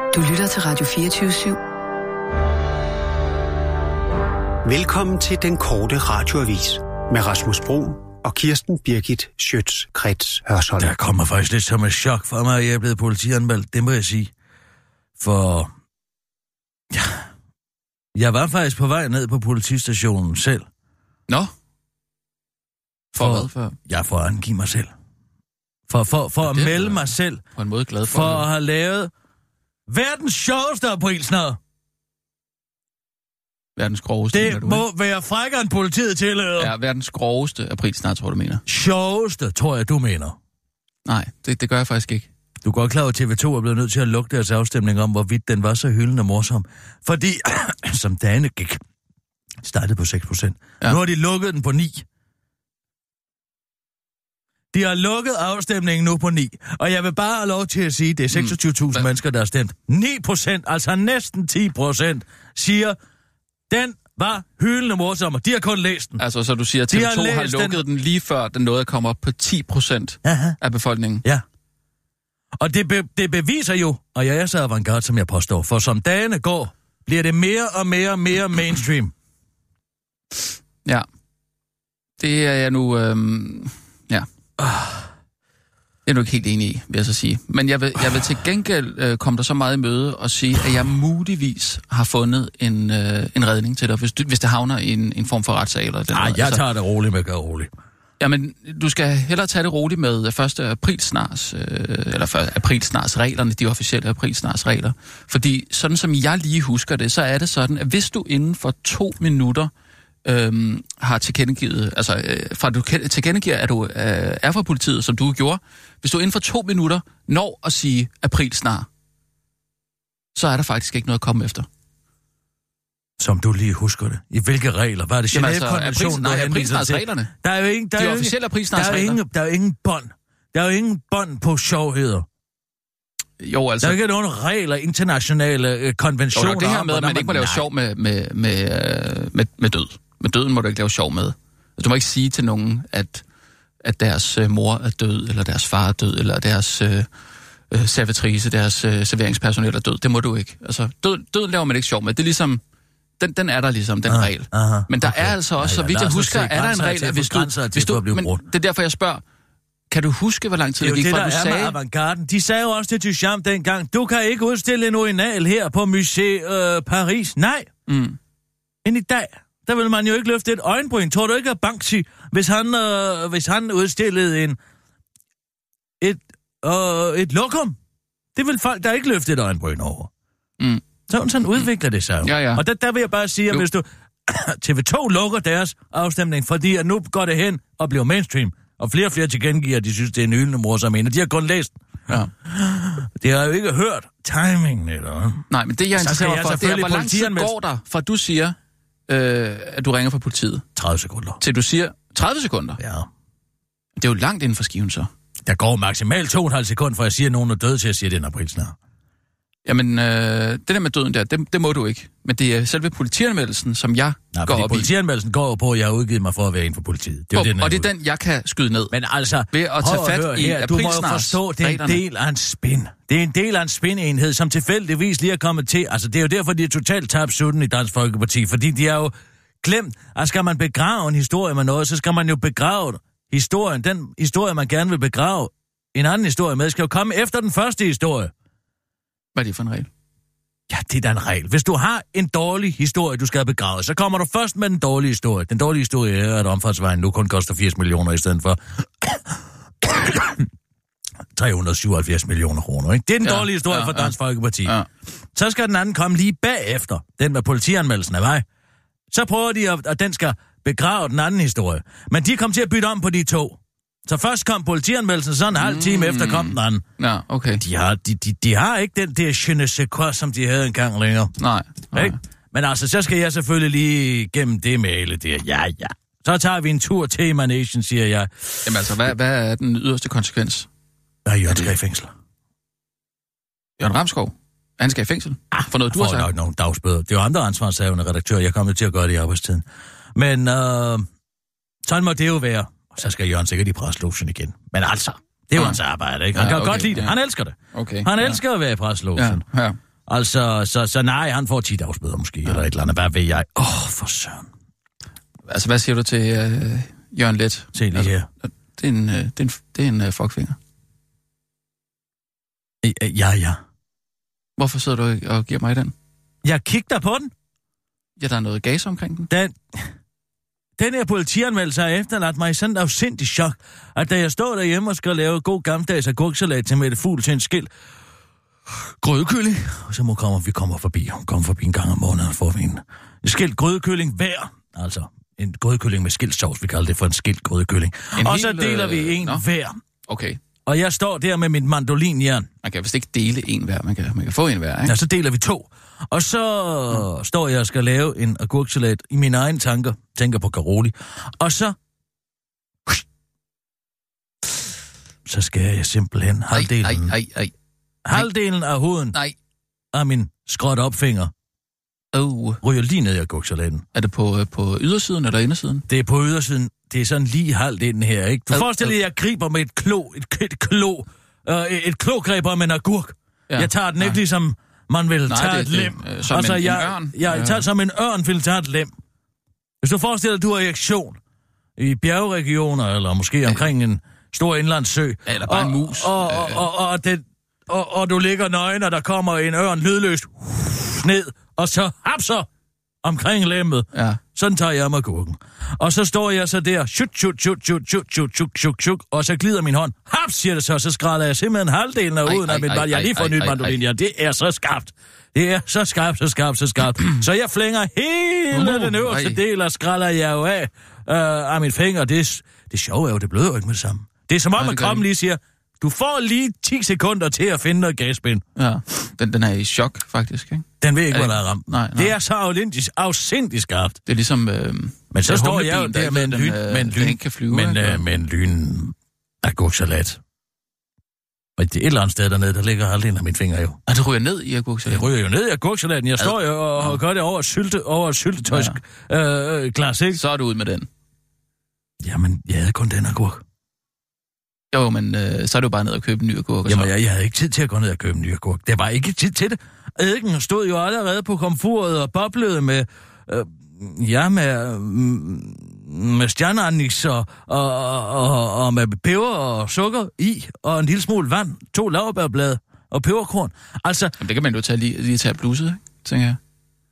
Du lytter til Radio 24/7. Velkommen til den korte radioavis med Rasmus Bro og Kirsten Birgit Schøtz-Krets Hørsholm. Der kommer faktisk lidt som et chok for mig, at jeg er blevet politianmeldt. Det må jeg sige. For ja, jeg var faktisk på vej ned på politistationen selv. Nå? For hvad? For? Ja, for at angive mig selv. For at melde mig selv. På en måde glad for. For at have lavet verdens sjoveste aprilsnad. Verdens groveste. Det må være frækkere end politiet tillader. Ja, verdens groveste aprilsnad, tror du mener. Sjoveste, tror jeg, du mener. Nej, det gør jeg faktisk ikke. Du er godt klar over, at TV2 er blevet nødt til at lukke deres afstemning om, hvorvidt den var så hyldende morsom. Fordi, som dagene gik, startede på 6%. Ja. Nu har de lukket den på 9. De har lukket afstemningen nu på 9. Og jeg vil bare have lov til at sige, at det er 26.000 mennesker, der har stemt. 9%, altså næsten 10%, siger, den var hyldende morsom, og de har kun læst den. Altså, så du siger, at TV2 har lukket den lige før den nåede at komme op på 10% af befolkningen? Ja. Og det beviser jo, og jeg er så avantgarde, som jeg påstår, for som dagene går, bliver det mere og mere mainstream. Ja. Det er jeg nu... ja. Det er du ikke helt enig i, vil jeg så sige. Men jeg vil til gengæld komme der så meget i møde og sige, at jeg muligvis har fundet en redning til dig, hvis det havner i en form for retssag. Eller den jeg tager det roligt med, roligt. Jamen, du skal hellere tage det roligt med 1. aprilsnars, eller aprilsnars-reglerne, de officielle aprilsnars-regler. Fordi sådan som jeg lige husker det, så er det sådan, at hvis du inden for 2 minutter har tilkendegivet, fra du tilkendegiver, at du er fra politiet, som du gjorde, hvis du inden for 2 minutter når at sige aprilsnar, så er der faktisk ikke noget at komme efter. Som du lige husker det. I hvilke regler? Hvad er det? Genève-konventionen, aprilsnars-reglerne. Der er jo ingen, de officielle aprilsnars-regler. Der er jo ingen bånd. Der er jo ingen bånd på sjovheder. Jo, altså... Der er ikke nogen regler, internationale konventioner. Jo, det her med, at man ikke må lave sjov med død. Med døden må du ikke lave sjov med. Du må ikke sige til nogen, at deres mor er død, eller deres far er død, eller deres servitrice, deres serveringspersonale er død. Det må du ikke. Altså, døden laver man ikke sjov med. Det er ligesom... Den er der ligesom, den regel. Men der er altså også, så vidt jeg husker, er der en regel, at hvis du men det er derfor, jeg spørger, kan du huske, hvor lang tid det gik fra, du sagde... Det er jo det, der er med avantgarden. De sagde jo også til Duchamp dengang, du kan ikke udstille en urinal her på Musée Paris. Nej. End i dag, der vil man jo ikke løfte et øjenbryn. Tror du ikke, at Banksy, hvis han udstillede et lokum, det vil folk, der ikke løfte et øjenbryn over. Sådan udvikler det sig jo. Ja. Og der vil jeg bare sige, at hvis du... TV2 lukker deres afstemning, fordi at nu går det hen og bliver mainstream, og flere tilkendegiver, at de synes, det er en hyldende morsom en, og de har kun læst den. Ja. De har jo ikke hørt timingen, eller? Nej, men det jeg interesserer mig for, det er, hvor lang tid går der, fra du siger, at du ringer fra politiet? 30 sekunder. Til du siger 30 sekunder? Ja. Det er jo langt inden for skiven, så. Der går maksimalt 2,5 sekunder, fra jeg siger, at nogen er død, til at sige, at det er en aprilsnar. Jamen, det der med døden der, det må du ikke. Men det er selve politianmeldelsen, som jeg går op i. Politianmeldelsen går jo på, at jeg har udgivet mig for at være inden for politiet. Det er jo det er den, jeg kan skyde ned. Men altså, ved at tage fat i du må jo forstå, det er en del af en spin. Det er en del af en spin-enhed, som tilfældigvis lige er kommet til. Altså, det er jo derfor, de er totalt tabt sutten i Dansk Folkeparti. Fordi de er jo glemt, at skal man begrave en historie med noget, så skal man jo begrave historien. Den historie, man gerne vil begrave en anden historie med, skal jo komme efter den første historie. Hvad er det for en regel? Ja, det er da en regel. Hvis du har en dårlig historie, du skal have begravet, så kommer du først med den dårlige historie. Den dårlige historie er, at omfartsvejen nu kun koster 80 millioner i stedet for 377 millioner kroner. Ikke? Det er den dårlige historie for Dansk Folkeparti. Ja. Så skal den anden komme lige bagefter, den med politianmeldelsen af vej. Så prøver de, at den skal begrave den anden historie. Men de kom til at bytte om på de to. Så først kom politianmeldelsen, så en halv time efter kom den anden. Ja, okay. De har ikke den der je ne sais quoi, som de havde engang længere. Nej. Ikke? Men altså, så skal jeg selvfølgelig lige gennem det male der. Ja. Så tager vi en tur til Emanation, siger jeg. Jamen altså, hvad er den yderste konsekvens? Jørgen skal i fængsel. Jørgen Ramskov? Han skal i fængsel? For noget, du har sagt? Nok nogle dagsbøder. Det er jo andre ansvarshavende redaktører. Jeg kommer til at gøre det i arbejdstiden. Men sådan må det jo være. Så skal Jørgen sikkert i preslogen igen. Men altså, det er jo hans arbejde, ikke? Han kan godt lide det. Han elsker det. Okay. Han elsker at være i preslogen. Ja. Altså, så nej, han får 10 dagsbøder måske, eller et eller andet. Hvad ved jeg? For søren. Altså, hvad siger du til Jørgen Let? Se lige her. Det er en fuckfinger. Ja. Hvorfor sidder du og giver mig den? Jeg kigger på den. Ja, der er noget gas omkring den. Den her politianmeldelse har efterladt mig i sådan et afsindigt chok, at da jeg står derhjemme og skal lave god gammeldags agurksalat til Mette Fugl til en skilt grødekylling, og så vi kommer forbi. Hun kommer forbi en gang om måneden, får vi en skilt grødekylling hver. Altså en grødekylling med skiltsovs, vi kalder det for en skilt grødekylling. Og så deler vi en hver. Okay. Og jeg står der med mit mandolinjern. Man kan vist ikke dele en hver, man kan få en hver, ikke? Ja, så deler vi 2. Og så står jeg og skal lave en agurksalat i mine egne tanker. Tænker på Caroli. Og så skærer jeg simpelthen halvdelen af huden af min skråt opfinger. Ryger lige ned i agurksalaten. Er det på ydersiden eller indersiden? Det er på ydersiden. Det er sådan lige halvdelen her, ikke? Du forestiller dig, at jeg griber med et klogreb om en agurk. Ja. Jeg tager den ikke ligesom man vil tage et lem. Som altså, en ørn? Jeg tager som en ørn vil tage et lem. Hvis du forestiller dig, at du har erektion i bjergregioner, eller måske omkring en stor indlandssø. Eller bare en mus. Og du ligger nøgen, og der kommer en ørn lydløst ned, og så hapser omkring lemmet. Ja. Sådan tager jeg mig gurken. Og så står jeg så der, shuk, og så glider min hånd. Haps, siger det så skræller jeg simpelthen halvdelen af huden af mit barn. Jeg har lige fået nyt mandolin, ja, det er så skarpt. Det er så skarpt. Så jeg flænger hele den øverste del, og skræller jeg jo af min finger. Det sjove er jo, det bløder jo ikke med det samme. Det er som om, at kroppen lige siger, du får lige 10 sekunder til at finde noget gasbind. Ja, den er i chok, faktisk, ikke? Den ved ikke, hvad der er ramt. Nej. Det er så afsindigt skarpt. Det er ligesom... men så står jeg jo der med en lyn agurksalat. Og det er et eller andet sted dernede, der ligger halvdelen af mine fingre jo. Og det ryger ned i agurksalaten? Det ryger jo ned i agurksalaten. Jeg står jo og gør det over et syltetøjsglas, ikke? Så er du ud med den. Jamen, jeg havde kun den agurk. Jo, men så er du bare ned og købe en ny agurk. Jamen, jeg havde ikke tid til at gå ned og købe en ny agurk. Det var ikke tid til det. Eddiken stod jo allerede på komfuret og boblede med stjerneanis og med peber og sukker i, og en lille smule vand, 2 laurbærblade og peberkorn. Altså... Jamen, det kan man jo lige tage blusset, ikke? Tænker jeg.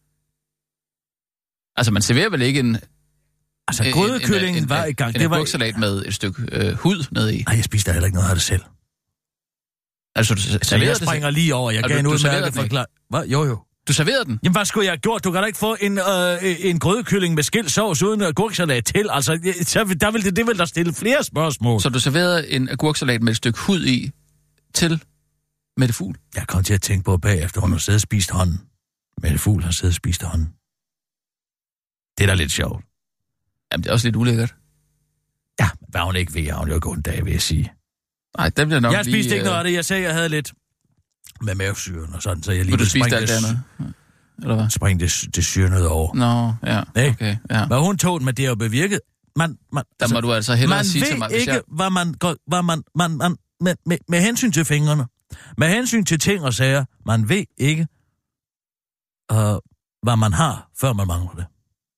Altså, man serverer vel ikke en... Altså, grødekyllingen var i gang. Det var en agurksalat med et stykke hud ned i. Nej, jeg spiste heller ikke noget af det selv. Altså, du serverede jeg springer lige over. Jeg gav en udmærket forklaring. Hvad? Jo. Du serverede den? Jamen, hvad skulle jeg have gjort? Du kan da ikke få en grødekylling med skilsovs uden agurksalat til. Altså, det vil der stille flere spørgsmål. Så du serverede en agurksalat med et stykke hud i til Mette Fugl? Jeg kom til at tænke på bagefter, hun har siddet og spist hånden. Mette Fugl har siddet og spist hånden. Det er da lidt sjovt. Jamen, det er også lidt ulækkert. Ja, hvad hun ikke ved, har hun jo gået en dag, vil jeg sige. Nej, det bliver nok jeg spiste ikke noget af det. Jeg sagde, jeg havde lidt med mavesyren og sådan, så jeg lige... Men du spiste alt det andet? Eller hvad? Spring det syre ned over. Nå, ja, okay, ja. Men hun tog den, men det er jo bevirket. Der må du altså hellere sige til mig, hvis jeg... med hensyn til fingrene, med hensyn til ting og sager, man ved ikke, hvad man har, før man mangler det.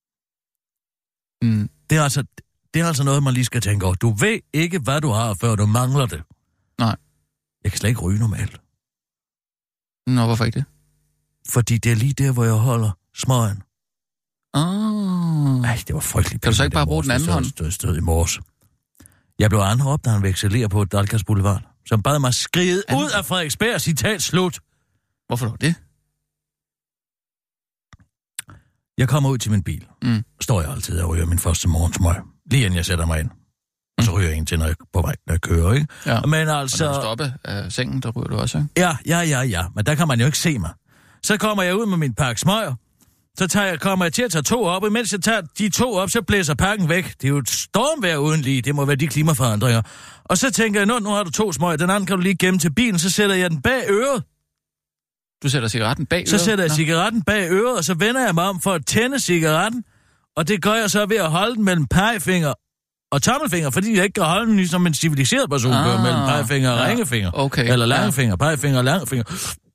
Mm. Det er altså noget, man lige skal tænke over. Du ved ikke, hvad du har, før du mangler det. Nej. Jeg kan slet ikke ryge normalt. Nå, hvorfor ikke det? Fordi det er lige der, hvor jeg holder smøgen. Ej, det var frygteligt. Kan du så ikke bare bruge den anden hånd? Stød i morges. Jeg blev anholdt, da han vekselerer på Dalgas Boulevard, som bad mig skride ud af Frederiksberg, citat slut. Hvorfor dog det? Jeg kommer ud til min bil. Står jeg altid og ryger min første morgensmøg. Lige inden jeg sætter mig ind. Og så ryger jeg en til, når jeg på vej, når jeg kører, ikke? Ja. Men altså... Og når du stopper af sengen, der ryger du også, ikke? Ja. Men der kan man jo ikke se mig. Så kommer jeg ud med min pakke smøger. Så kommer jeg til at tage 2 op, og mens jeg tager de 2 op, så blæser pakken væk. Det er jo et stormvejr uden lige. Det må være de klimaforandringer. Og så tænker jeg, nu har du 2 smøger. Den anden kan du lige gemme til bilen, så sætter jeg den bag øret. Du sætter cigaretten bag øret? Så sætter jeg cigaretten bag øret, og så vender jeg mig om for at tænde cigaretten. Og det gør jeg så ved at holde den mellem pegefinger og tommelfinger, fordi jeg ikke kan holde den ligesom en civiliseret person gør mellem pegefinger og ringefinger. Okay. Eller langfinger, pegefinger og langfinger.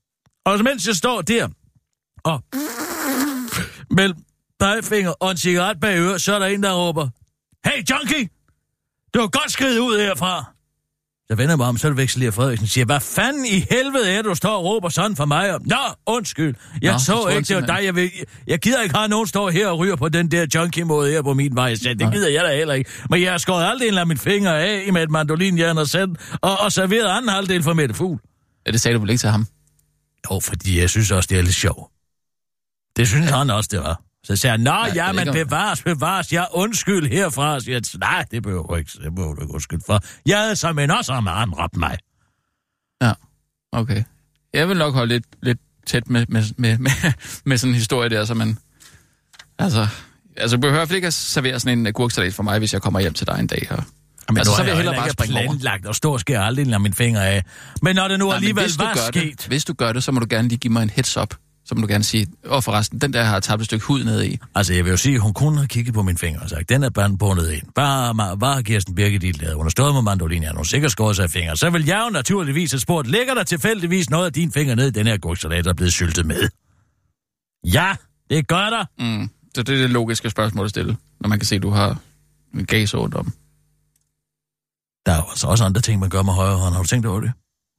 Og mens jeg står der, og mellem pegefinger og en cigaret bag øret, så er der en, der råber, hey, junkie! Du har godt skridt ud herfra! Så vender jeg mig om, så er det Vekselier Frederiksen, siger, hvad fanden i helvede er du står og råber sådan for mig? Nå, undskyld. Jeg så ikke, det var dig. Jeg gider ikke have nogen står her og ryger på den der junkie-måde her på min vej. Det gider jeg da heller ikke. Men jeg har skåret halvdelen af mine fingre af med et mandolinjern og serveret anden halvdel for Mette Fugl. Ja, det sagde du vel ikke til ham? Jo, fordi jeg synes også, det er lidt sjovt. Det synes han også, det var. Så siger han, men bevares, jeg undskyld herfra. Så siger han, nej, det behøver du ikke, undskyld for. Jeg havde sammen også om at anrappe mig. Ja, okay. Jeg vil nok holde lidt tæt med sådan en historie der, så man... Altså, du behøver i hvert fald ikke at servere sådan en agurksalat for mig, hvis jeg kommer hjem til dig en dag. Men altså, så vil jeg hellere bare springe over. Planlagt og stå og skære aldrig af mine fingre af. Men når det nu alligevel var sket... Hvis du gør det, så må du gerne lige give mig en heads up. Så må du gerne sige, forresten, den der har tabt et stykke hud ned i. Altså, jeg vil jo sige, hun kunne have kigget på mine fingre og sagt, den er bare bundet ind. Bare Kirsten Birgit lavet. Hun har stået med mandolinen, hun har sikkert skåret sig af fingre. Så vil jeg jo naturligvis have spurgt, ligger der tilfældigvis noget af dine fingre ned i den her gurksalat, der er blevet syltet med? Ja, det gør der. Så det er det logiske spørgsmål at stille, når man kan se, at du har en gas rundt om. Der er jo altså også andre ting, man gør med højre hånd. Har du tænkt over det?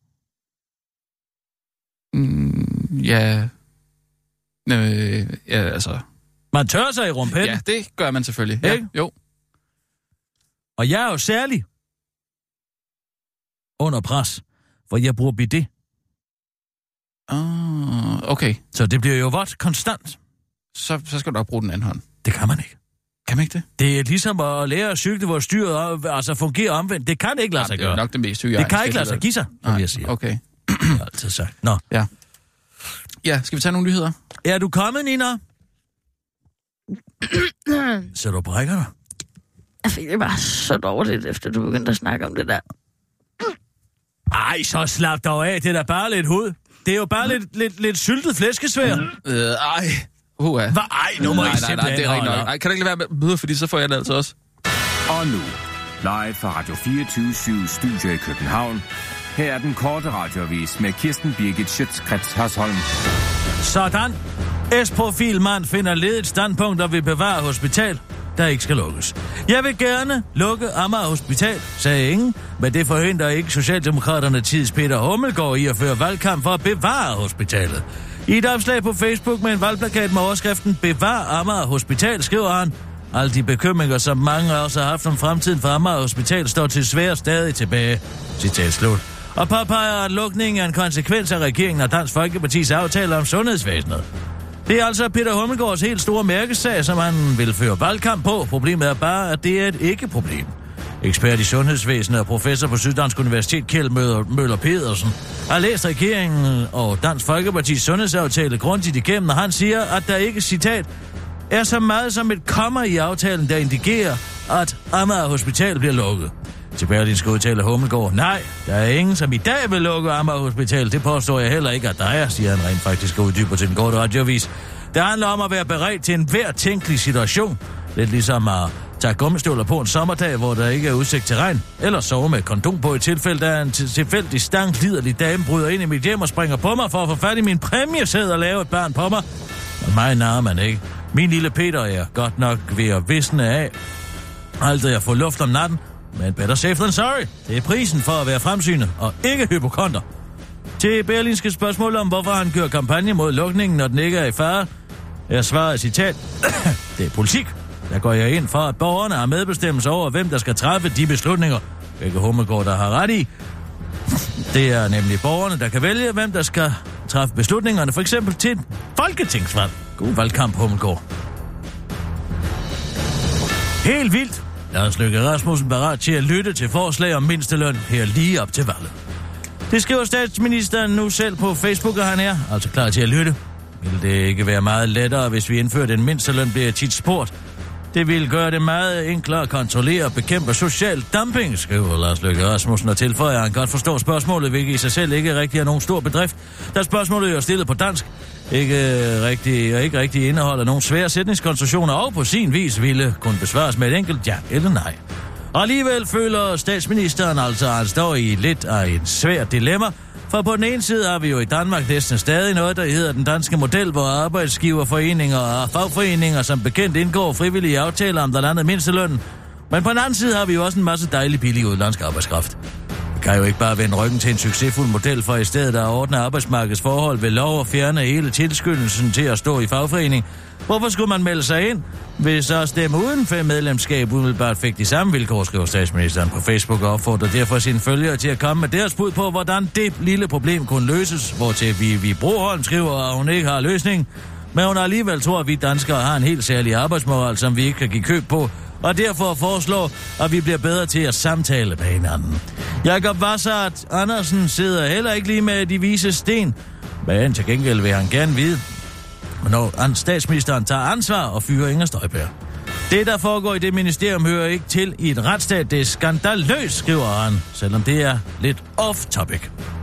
Ja, altså... Man tør sig i rumpetten. Ja, det gør man selvfølgelig. Ja, jo. Og jeg er jo særlig under pres, for jeg bruger bidet. Okay. Så det bliver jo vådt konstant. Så skal du nok bruge den anden hånd. Det kan man ikke. Kan man ikke det? Det er ligesom at lære at cykle, hvor styret altså fungerer omvendt. Det kan ikke lade sig gøre. Det er nok det mest hygiejniske. Det kan ikke lade sig give sig, som jeg siger. Okay. Det har altid sagt. Nå. Ja, skal vi tage nogle nyheder? Er du kommet, Nina? Så du brækker dig? Jeg fik det bare så dårligt, efter du begyndte at snakke om det der. Ej, så slap dog af. Det er da bare lidt hud. Det er jo bare lidt syltet flæskesvær. Ej. Nu må I simpelthen... Nej, det er rigtig nok. Ej, kan du ikke lade være med møde, fordi så får jeg det altså også. Og nu, live fra Radio 24/7 Studio i København. Her er den korte radioavis med Kirsten Birgit Schøtz-Krets Hørsholm. Sådan. S-profilmand finder ledigt standpunkt og vil bevare hospital, der ikke skal lukkes. Jeg vil gerne lukke Amager Hospital, sagde ingen, men det forhindrer ikke Socialdemokraterne tids Peter Hummelgaard i at føre valgkamp for at bevare hospitalet. I et opslag på Facebook med en valgplakat med overskriften Bevar Amager Hospital, skriver han, alle de bekymringer, som mange også har haft om fremtiden for Amager Hospital, står til svære stadig tilbage. Citat slut. Og påpeger, at lukningen er en konsekvens af regeringen og Dansk Folkepartis aftaler om sundhedsvæsenet. Det er altså Peter Hummelgaards helt store mærkesag, som han vil føre valgkamp på. Problemet er bare, at det er et ikke-problem. Ekspert i sundhedsvæsenet og professor på Syddansk Universitet, Kjeld Møller Pedersen, har læst regeringen og Dansk Folkepartis sundhedsaftale grundigt igennem, og han siger, at der ikke, citat, er så meget som et komma i aftalen, der indikerer, at Amager Hospital bliver lukket. Til Berlingske udtaler Hummelgaard, nej, der er ingen, som i dag vil lukke Amager Hospital. Det påstår jeg heller ikke, at der er, siger han rent faktisk og uddyber til den korte radioavis. Det handler om at være beredt til en hver tænkelig situation. Lidt ligesom at tage gummistøvler på en sommerdag, hvor der ikke er udsigt til regn. Eller sove med kondom på i tilfælde, der en tilfældig stang liderlig dame bryder ind i mit hjem og springer på mig for at få fat i min præmiesæd og lave et barn på mig. Og mig narrer man ikke. Min lille Peter er godt nok ved at visne af. Aldrig at få luft om natten. Men better safe than sorry. Det er prisen for at være fremsynet og ikke hypokonter. Til Berlingske spørgsmål om, hvorfor han kører kampagne mod lukningen, når den ikke er i fare, er svaret citat. Det er politik. Der går jeg ind for, at borgerne har medbestemmelse over, hvem der skal træffe de beslutninger. Hvilke Hummelgaard, der har ret i. Det er nemlig borgerne, der kan vælge, hvem der skal træffe beslutningerne, for eksempel til et folketingsvalg. God valgkamp, Hummelgaard. Helt vildt. Lars Løkke Rasmussen parat til at lytte til forslag om mindsteløn her lige op til valget. Det skriver statsministeren nu selv på Facebook, og han er altså klar til at lytte. Vil det ikke være meget lettere, hvis vi indførte en mindsteløn, bliver tit spurgt. Det vil gøre det meget enklere at kontrollere og bekæmpe social dumping, skriver Lars Løkke Rasmussen, og tilføjer, at han godt forstår spørgsmålet, hvilket i sig selv ikke rigtig er nogen stor bedrift, da spørgsmålet er stillet på dansk, ikke rigtig indeholder nogen svære sætningskonstruktioner, og på sin vis ville kunne besvares med et enkelt ja eller nej. Og alligevel føler statsministeren altså, at han står i lidt af et svært dilemma, For på den ene side har vi jo i Danmark næsten stadig noget, der hedder den danske model, hvor arbejdsgiverforeninger og fagforeninger som bekendt indgår frivillige aftaler om blandt andet mindstelønnen. Men på den anden side har vi jo også en masse dejlig billig udenlandsk arbejdskraft. Vi kan jo ikke bare vende ryggen til en succesfuld model for i stedet at ordne arbejdsmarkedsforhold ved lov og fjerne hele tilskyndelsen til at stå i fagforening. Hvorfor skulle man melde sig ind, hvis så stemme uden for medlemskab umiddelbart fik de samme vilkår, skriver statsministeren på Facebook og opfordrer derfor sine følgere til at komme med deres bud på, hvordan det lille problem kunne løses, hvortil vi Broholm skriver, at hun ikke har løsning. Men hun alligevel tror, at vi danskere har en helt særlig arbejdsmoral, som vi ikke kan give køb på, og derfor foreslår, at vi bliver bedre til at samtale med hinanden. Jakob Vassart Andersen sidder heller ikke lige med de vise sten, men til gengæld vil han gerne vide, når statsministeren tager ansvar og fyrer Inger Støjberg. Det, der foregår i det ministerium, hører ikke til i et retsstat. Det er skandaløst, skriver han, selvom det er lidt off-topic.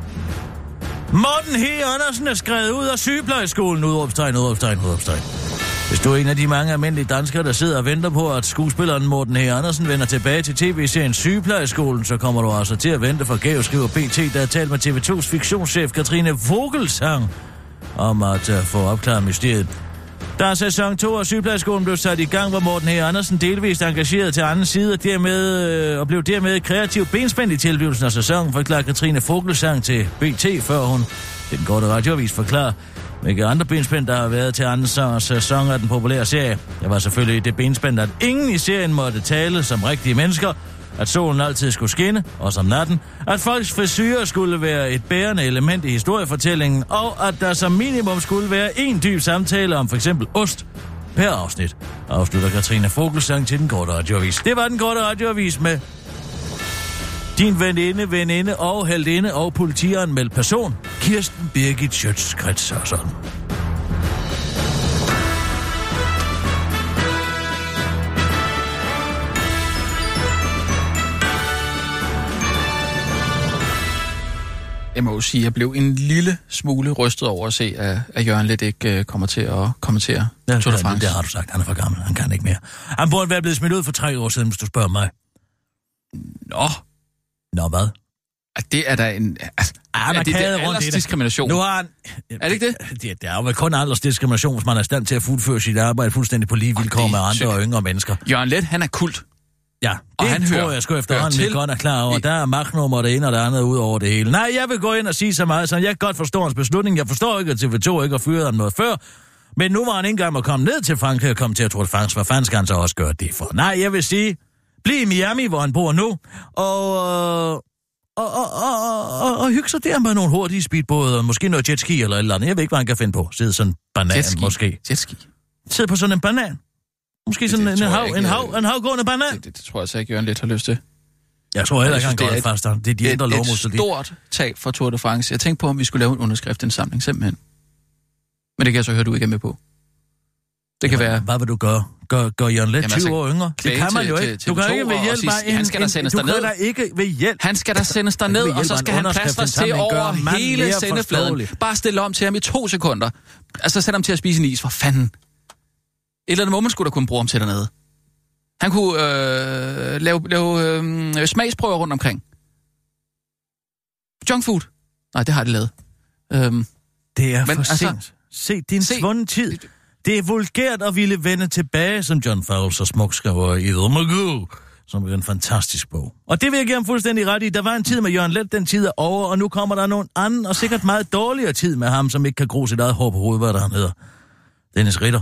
Morten H. Andersen er skrevet ud af sygeplejeskolen, udråbstegn. Hvis du er en af de mange almindelige danskere, der sidder og venter på, at skuespilleren Morten H. Andersen vender tilbage til tv-serien Sygeplejeskolen, så kommer du altså til at vente forgæves, skriver BT, der har talt med TV2's fiktionschef Katrine Vogelsang om at få opklaret mysteriet. Da sæson 2 af Sygeplejeskolen blev sat i gang, var Morten H. Andersen delvist engageret til anden side og blev dermed kreativ benspænd i tilblivelsen af sæsonen, forklarer Katrine Vogelsang til BT, før hun den korte radioavis forklarer, hvilke andre benspænd, der har været til anden sæson af den populære serie. Det var selvfølgelig det benspænd, at ingen i serien måtte tale som rigtige mennesker, at solen altid skulle skinne, også om natten, at folks frisyrer skulle være et bærende element i historiefortællingen, og at der som minimum skulle være en dyb samtale om f.eks. ost per afsnit, afslutter Katrine Vogelsang til den korte radioavis. Det var den korte radioavis med din veninde og heldinde og politianmeldt person, Kirsten Birgit Schøtz-Krets Hørsholm. Jeg må jo sige, at jeg blev en lille smule rystet over at se, at Jørgen lidt ikke kommer til at kommentere Tour de France. Det har du sagt. Han er for gammel. Han kan ikke mere. Han burde være blevet smidt ud for 3 år siden, hvis du spørger mig. Nå, hvad? Det er da en... er det aldersdiskrimination? Nu har han... Er det ikke det? Det er jo vel kun aldersdiskrimination, hvis man er i stand til at fuldføre sit arbejde fuldstændig på lige vilkår med andre og yngre mennesker. Jørgen Leth, han er kult. Ja, det han tror jeg sgu efterhånden godt er klar over. Der er magtnummer det ene og det andet ud over det hele. Nej, jeg vil gå ind og sige så meget, så jeg kan godt forstå hans beslutning. Jeg forstår ikke, at TV2 ikke har fyret ham noget før. Men nu var han ikke engang at komme ned til Frankrig og komme til at Tour de France. Hvad fanden skal han så også gøre det for? Nej, jeg vil sige, bliv i Miami, hvor han bor nu, og hygge sig der med nogle hurtige speedbåde, måske noget jetski eller et eller andet. Jeg ved ikke, hvad han kan finde på. Sidde sådan en banan, jetski. Måske. Jetski. Sidde på sådan en banan. Måske sådan en havgående banan. Det tror jeg så ikke, Jørgen Leth har lyst til. Jeg tror heller ikke, han går det fast. Det er de ændre lovmål. Det er et stort tab for Tour de France. Jeg tænkte på, om vi skulle lave en underskriftindsamling simpelthen. Men det kan jeg så høre, du ikke er med på. Det kan være... Hvad vil du gøre? Gør Jørgen Leth 20 år yngre? Det kan man jo ikke. Du kan ikke ved hjælp bare han skal der sendes derned. Du kan da ikke ved hjælp. Han skal der sendes derned, og så skal han plastres til over hele sendefladen. Bare stille om til ham i 2 sekunder. Altså sæt ham til at spise en is. For fanden. Et eller andet moment skulle der kunne bruge ham til dernede. Han kunne lave smagsprøver rundt omkring. Junkfood. Nej, det har de lavet. Det er for sent. Se din svundne tid. Det er vulgært at ville vende tilbage, som John Fowles så smukt skriver i The Magoo, som er en fantastisk bog. Og det vil jeg give ham fuldstændig ret i. Der var en tid med Jørgen Leth, den tid er over, og nu kommer der nogen anden og sikkert meget dårligere tid med ham, som ikke kan gro sit eget hår på hovedet, hvad der han hedder. Dennis Ritter.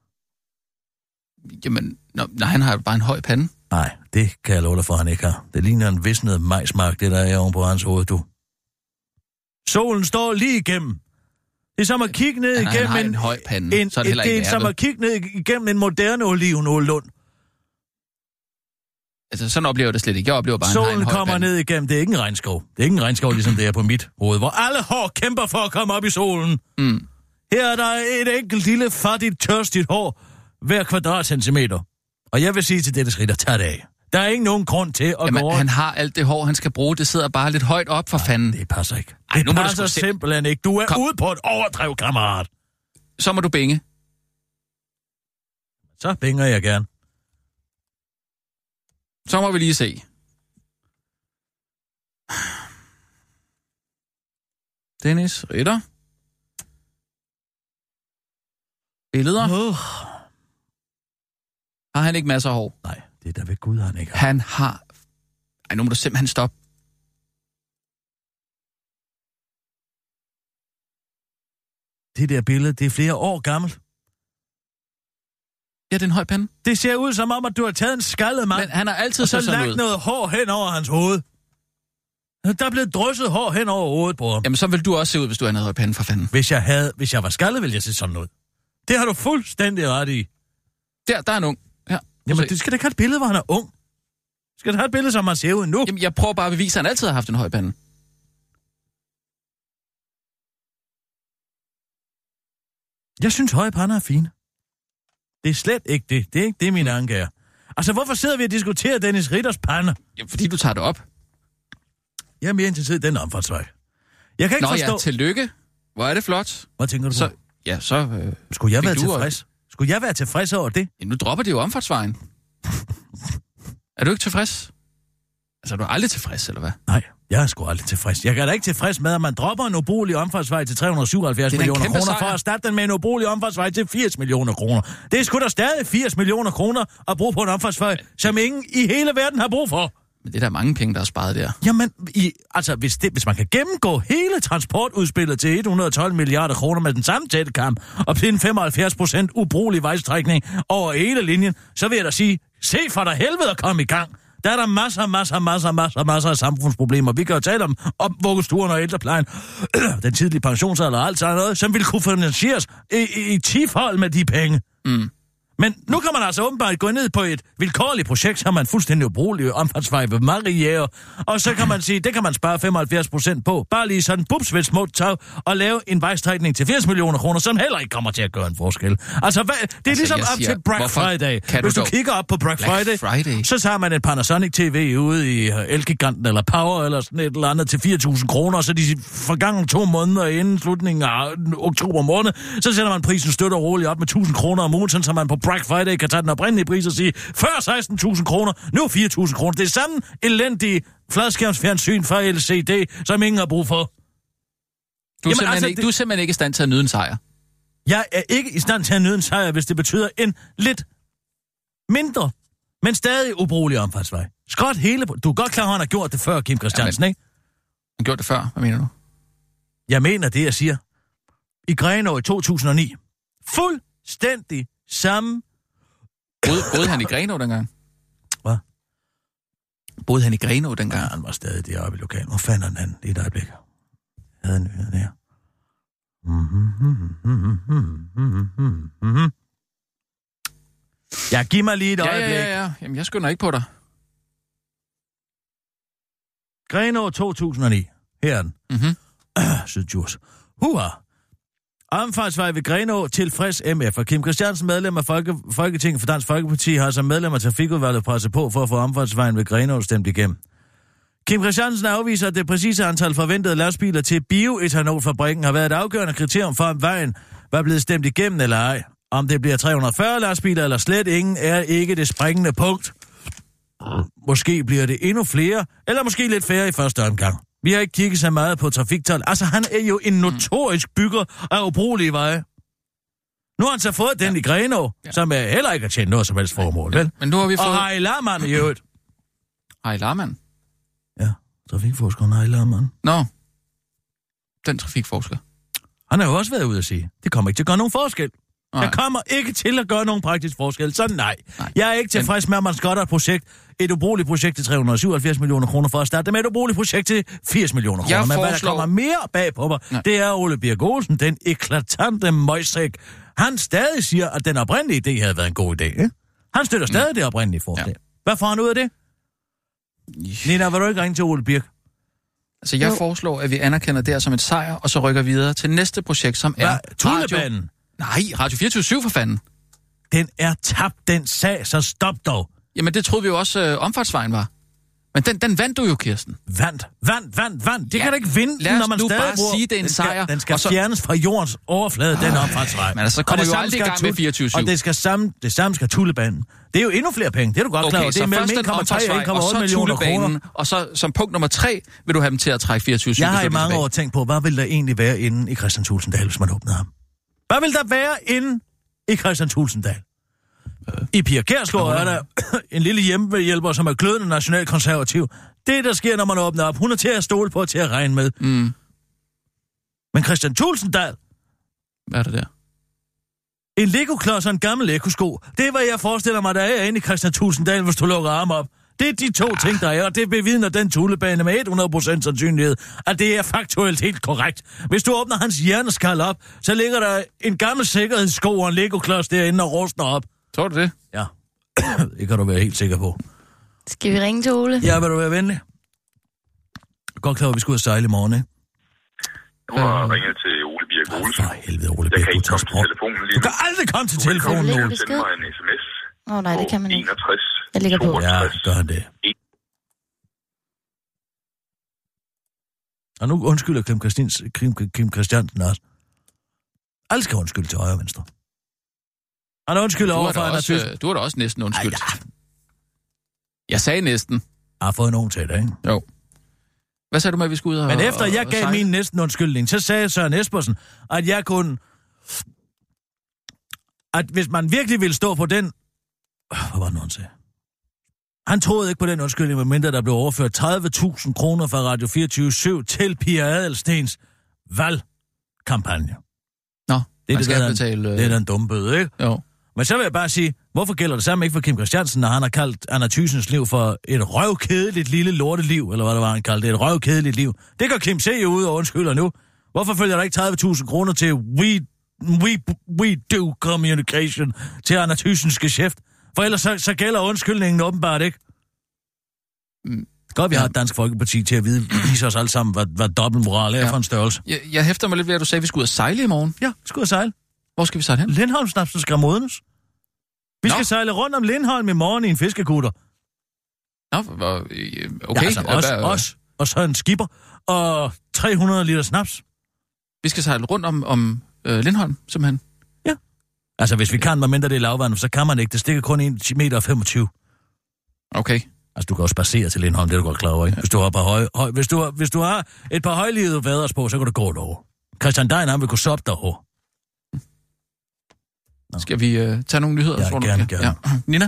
Jamen, han har bare en høj pande. Nej, det kan jeg love dig for, han ikke har. Det ligner en visnet majsmark, det der er oven på hans hoved, du. Solen står lige igennem. Det er som at kigge ned igennem en høj pande, så er det heller ikke som at kigge ned igennem en moderne olivenålund. Altså, sådan oplever jeg det slet ikke. Jeg oplever bare en høj pande. Solen kommer ned igennem. Det er ikke en regnskov. Det er ikke en regnskov, ligesom det er på mit hoved, hvor alle hår kæmper for at komme op i solen. Mm. Her er der et enkelt lille, fattigt, tørstigt hår hver kvadratcentimeter. Og jeg vil sige til Dennis Ritter, tag det af. Der er ikke nogen grund til at gå over. Han har alt det hår, han skal bruge. Det sidder bare lidt højt op for fanden. Det passer ikke. Det passer simpelthen ikke. Du er ude på et overdrev, kammerat. Så må du binge. Så binger jeg gerne. Så må vi lige se. Dennis Ritter. Billeder. Har han ikke masser af hår? Nej, det er da ved Gud, han ikke har. Han har... Ej, nu må du simpelthen stoppe. Det der billede, det er flere år gammelt. Ja, det er en høj pande. Det ser ud som om, at du har taget en skaldet mand. Men han har altid og så sådan lagt noget hår hen over hans hoved. Der er blevet drysset hår hen over hovedet på ham. Jamen, så vil du også se ud, hvis du havde en høj pande, for fanden. Hvis jeg var skaldet, ville jeg se sådan ud. Det har du fuldstændig ret i. Der er en ung. Ja. Jamen, du skal da ikke have et billede, hvor han er ung. Du skal da have et billede, som han ser ud nu. Jamen, jeg prøver bare at bevise, at han altid har haft en høj pande. Jeg synes, høje pander er fine. Det er slet ikke det. Det er ikke det, mine anke er. Altså, hvorfor sidder vi og diskuterer Dennis Ritters pander? Jamen, fordi du tager det op. Jeg er mere interesseret i den omfartsvej. Jeg kan ikke forstå... ja, tillykke. Hvor er det flot. Hvad tænker du på? Skulle jeg være tilfreds? Skulle jeg være tilfreds over det? Ja, nu dropper det jo omfartsvejen. Er du ikke tilfreds? Altså, er du aldrig tilfreds, eller hvad? Nej, jeg er sgu aldrig tilfreds. Jeg er da ikke tilfreds med, at man dropper en ubrugelig omfartsvej til 377 millioner kroner for at erstatte den med en ubrugelig omfartsvej til 80 millioner kroner. Det er sgu da stadig 80 millioner kroner at bruge på en omfartsvej, som ingen i hele verden har brug for. Men det er der mange penge, der er sparet der. Jamen, hvis man kan gennemgå hele transportudspillet til 112 milliarder kroner med den samme tættekam og finde 75% ubrugelig vejstrækning over hele linjen, så vil jeg da sige, se for dig helvede at komme i gang. Der er der masser af samfundsproblemer. Vi kan jo tale om vuggestuerne og ældreplejen, den tidlige pensionsalder og alt sådan noget, som ville kunne finansieres i 10-fold med de penge. Mm. Men nu kan man altså åbenbart gå ned på et vilkårligt projekt, som man fuldstændig ubrugelig omfartsvej ved Mariager, og så kan man sige, det kan man spare 75% på. Bare lige sådan bups ved et smukt tag og lave en vejstrækning til 80 millioner kroner, som heller ikke kommer til at gøre en forskel. Altså, det er ligesom op til Black Friday. Hvis du kigger op på Black Friday, så tager man en Panasonic TV ude i Elgiganten eller Power eller sådan et eller andet til 4.000 kroner, og så de forgangne 2 måneder inden slutningen af oktober måned, så sætter man prisen støt og roligt op med 1.000 kroner om ugen, så man på Black Friday kan tage den oprindelige pris og sige, før 16.000 kroner, nu 4.000 kroner. Det er samme elendige fladskærmsfjernsyn fra LCD, som ingen har brug for. Du er simpelthen ikke i stand til at nyde en sejr. Jeg er ikke i stand til at nyde en sejr, hvis det betyder en lidt mindre, men stadig ubrugelig omfartsvej. Skråt hele... Du er godt klar, at han har gjort det før, Kim Christiansen, ikke? Han gjorde det før, hvad mener du? Jeg mener det, jeg siger. I Grenaa i 2009. Fuldstændig samme... Boede han i Grenaa dengang? Hvad? Boede han i Grenaa dengang? Ja, han var stadig deroppe i lokalen. Hvor fanden han i et øjeblik? Jeg havde nyheden her. Ja, giv mig lige et øjeblik. Ja. Jamen, jeg skynder ikke på dig. Grenaa 2009. Her er den. Syddjurs. Hurra! Omfartsvej ved Grenaa tilfreds MF, og Kim Christiansen, medlem af Folketinget for Dansk Folkeparti, har som medlem af Trafikudvalget presset på for at få omfartsvejen ved Grenaa stemt igennem. Kim Christiansen afviser, at det præcise antal forventede lastbiler til bioetanolfabrikken har været et afgørende kriterium for, om vejen var blevet stemt igennem eller ej. Om det bliver 340 lastbiler eller slet ingen, er ikke det springende punkt. Måske bliver det endnu flere, eller måske lidt færre i første omgang. Vi har ikke kigget så meget på trafiktal. Altså, han er jo en notorisk bygger af ubrugelige veje. Nu har han så fået den i Grenaa, som heller ikke har tjent noget som helst formål, vel? Men nu har vi fået... Og Harry Larmann i øvrigt. Harry Larmann? Ja, trafikforskeren Harry Larmann. Nå, den trafikforsker. Han har jo også været ude at sige, det kommer ikke til at gøre nogen forskel. Der kommer ikke til at gøre nogen praktisk forskel, så nej. Jeg er ikke tilfreds med, at man skal et projekt, et ubrugeligt projekt til 377 millioner kroner for at starte med et ubrugeligt projekt til 80 millioner kroner. Men hvad der kommer mere bag på mig, det er Ole Birk Olsen, den eklatante møgsæk. Han stadig siger, at den oprindelige idé havde været en god idé. Ikke? Han støtter stadig det oprindelige forslag. Ja. Hvad får han ud af det? Nina, vil du ikke ringe til Ole Birk? Altså, jeg foreslår, at vi anerkender det her som et sejr, og så rykker videre til næste projekt, som er... Thulebanen. Nej, Radio 24/7 for fanden. Den er tabt, den sag, så stop dog. Jamen, det troede vi jo også, omfartsvejen var. Men den vandt du jo, Kirsten. Vandt. Det kan da ikke vinde, når man stadig bare sige, det er en sejr. Den skal fjernes fra jordens overflade, den omfartsvej. Men altså, så kommer vi jo aldrig i gang med 24/7. Og det samme skal Tullebanen. Det er jo endnu flere penge, det er du godt klar over. Det er mellem 1,3 og 1,8 millioner kroner. Og så som punkt nummer 3 vil du have dem til at trække 24/7. Jeg har i mange år tænkt på, hvad vil der egentlig være inde i Christian Thulesen Dahl, hvis man åbner ham? Hvad vil der være inde i Christian Thulesen Dahl? I Pia Kjærsgaard er der en lille hjemmehjælper, som er glødende nationalkonservativ. Det, der sker, når man åbner op, hun er til at stole på, til at regne med. Mm. Men Christian Thulesen Dahl... Hvad er det der? En Lego-klods og en gammel Lego-sko. Det er, hvad jeg forestiller mig, der er inde i Christian Thulesen Dahl, hvis du lukker arm op. Det er de to ting, der er, og det bevidner den tullebane med 100% sandsynlighed, at det er faktuelt helt korrekt. Hvis du åbner hans hjerneskal op, så ligger der en gammel sikkerhedssko og en Lego-klods derinde og ruster op. Tror du det? Ja, det kan du være helt sikker på. Skal vi ringe til Ole? Ja, vil du være venlig? Godt klar, at vi skal ud og sejle i morgen, ikke? Du har ringet til Ole Birk Olesen. For helvede, Ole Jeg Birk, kan du ikke tager komme til sprog. telefonen lige Du nu. kan aldrig komme til telefonen, Du Ole. kan sende mig en sms. Nej, det kan man ikke. 61. Jeg ligger på. Ja, gør det. Og nu undskylder Kim Christiansen også. Alle skal undskylde til højre og venstre. Han undskylder overfor, at han er tysk. Du har da også næsten undskyldt. Ja. Jeg sagde næsten. Jeg har fået nogen til det, ikke? Jo. Hvad sagde du med, at vi skulle ud og... Men efter jeg gav min næsten undskyldning, så sagde Søren Espersen, at jeg kunne... At hvis man virkelig ville stå på den... Hvad var det, nogen sagde? Han troede ikke på den undskyldning, medmindre der blev overført 30.000 kroner fra Radio 24/7 til Pia Adelstens valgkampagne. Nå, det skal betale... Det er da en dum bøde, ikke? Jo. Men så vil jeg bare sige, hvorfor gælder det samme ikke for Kim Christiansen, når han har kaldt Anna Thysens liv for et røvkedeligt lille lorteliv, eller hvad det var, han kaldte det, et røvkedeligt liv. Det kan Kim se jo ud og undskylder nu. Hvorfor følger der ikke 30.000 kroner til We Do Communication til Anna Thysens geschæft? For ellers så gælder undskyldningen åbenbart ikke. Godt, vi har et Dansk Folkeparti til at vise os alle sammen, hvad dobbeltmoral er for en størrelse. Jeg hæfter mig lidt ved, at du sagde, at vi skulle ud og sejle i morgen. Ja, vi skal ud og sejle. Hvor skal vi sejle hen? Lindholm-snapsen skal modnes. Vi skal sejle rundt om Lindholm i morgen i en fiskekutter. Nå, okay. Ja, altså os, og så en skipper, og 300 liter snaps. Vi skal sejle rundt om Lindholm, simpelthen? Ja. Altså, hvis vi kan, medmindre det er lavvand, så kan man ikke. Det stikker kun 1,25 meter. Okay. Altså, du kan også spacere til Lindholm, det er du godt klar over, ikke? Ja. Hvis du har hvis du har et par højlivede vaders på, så kan du gå derovre. Christian Dein, han vil kunne soppe derovre. Skal vi tage nogle nyheder? Ja, gerne. Ja. Nina?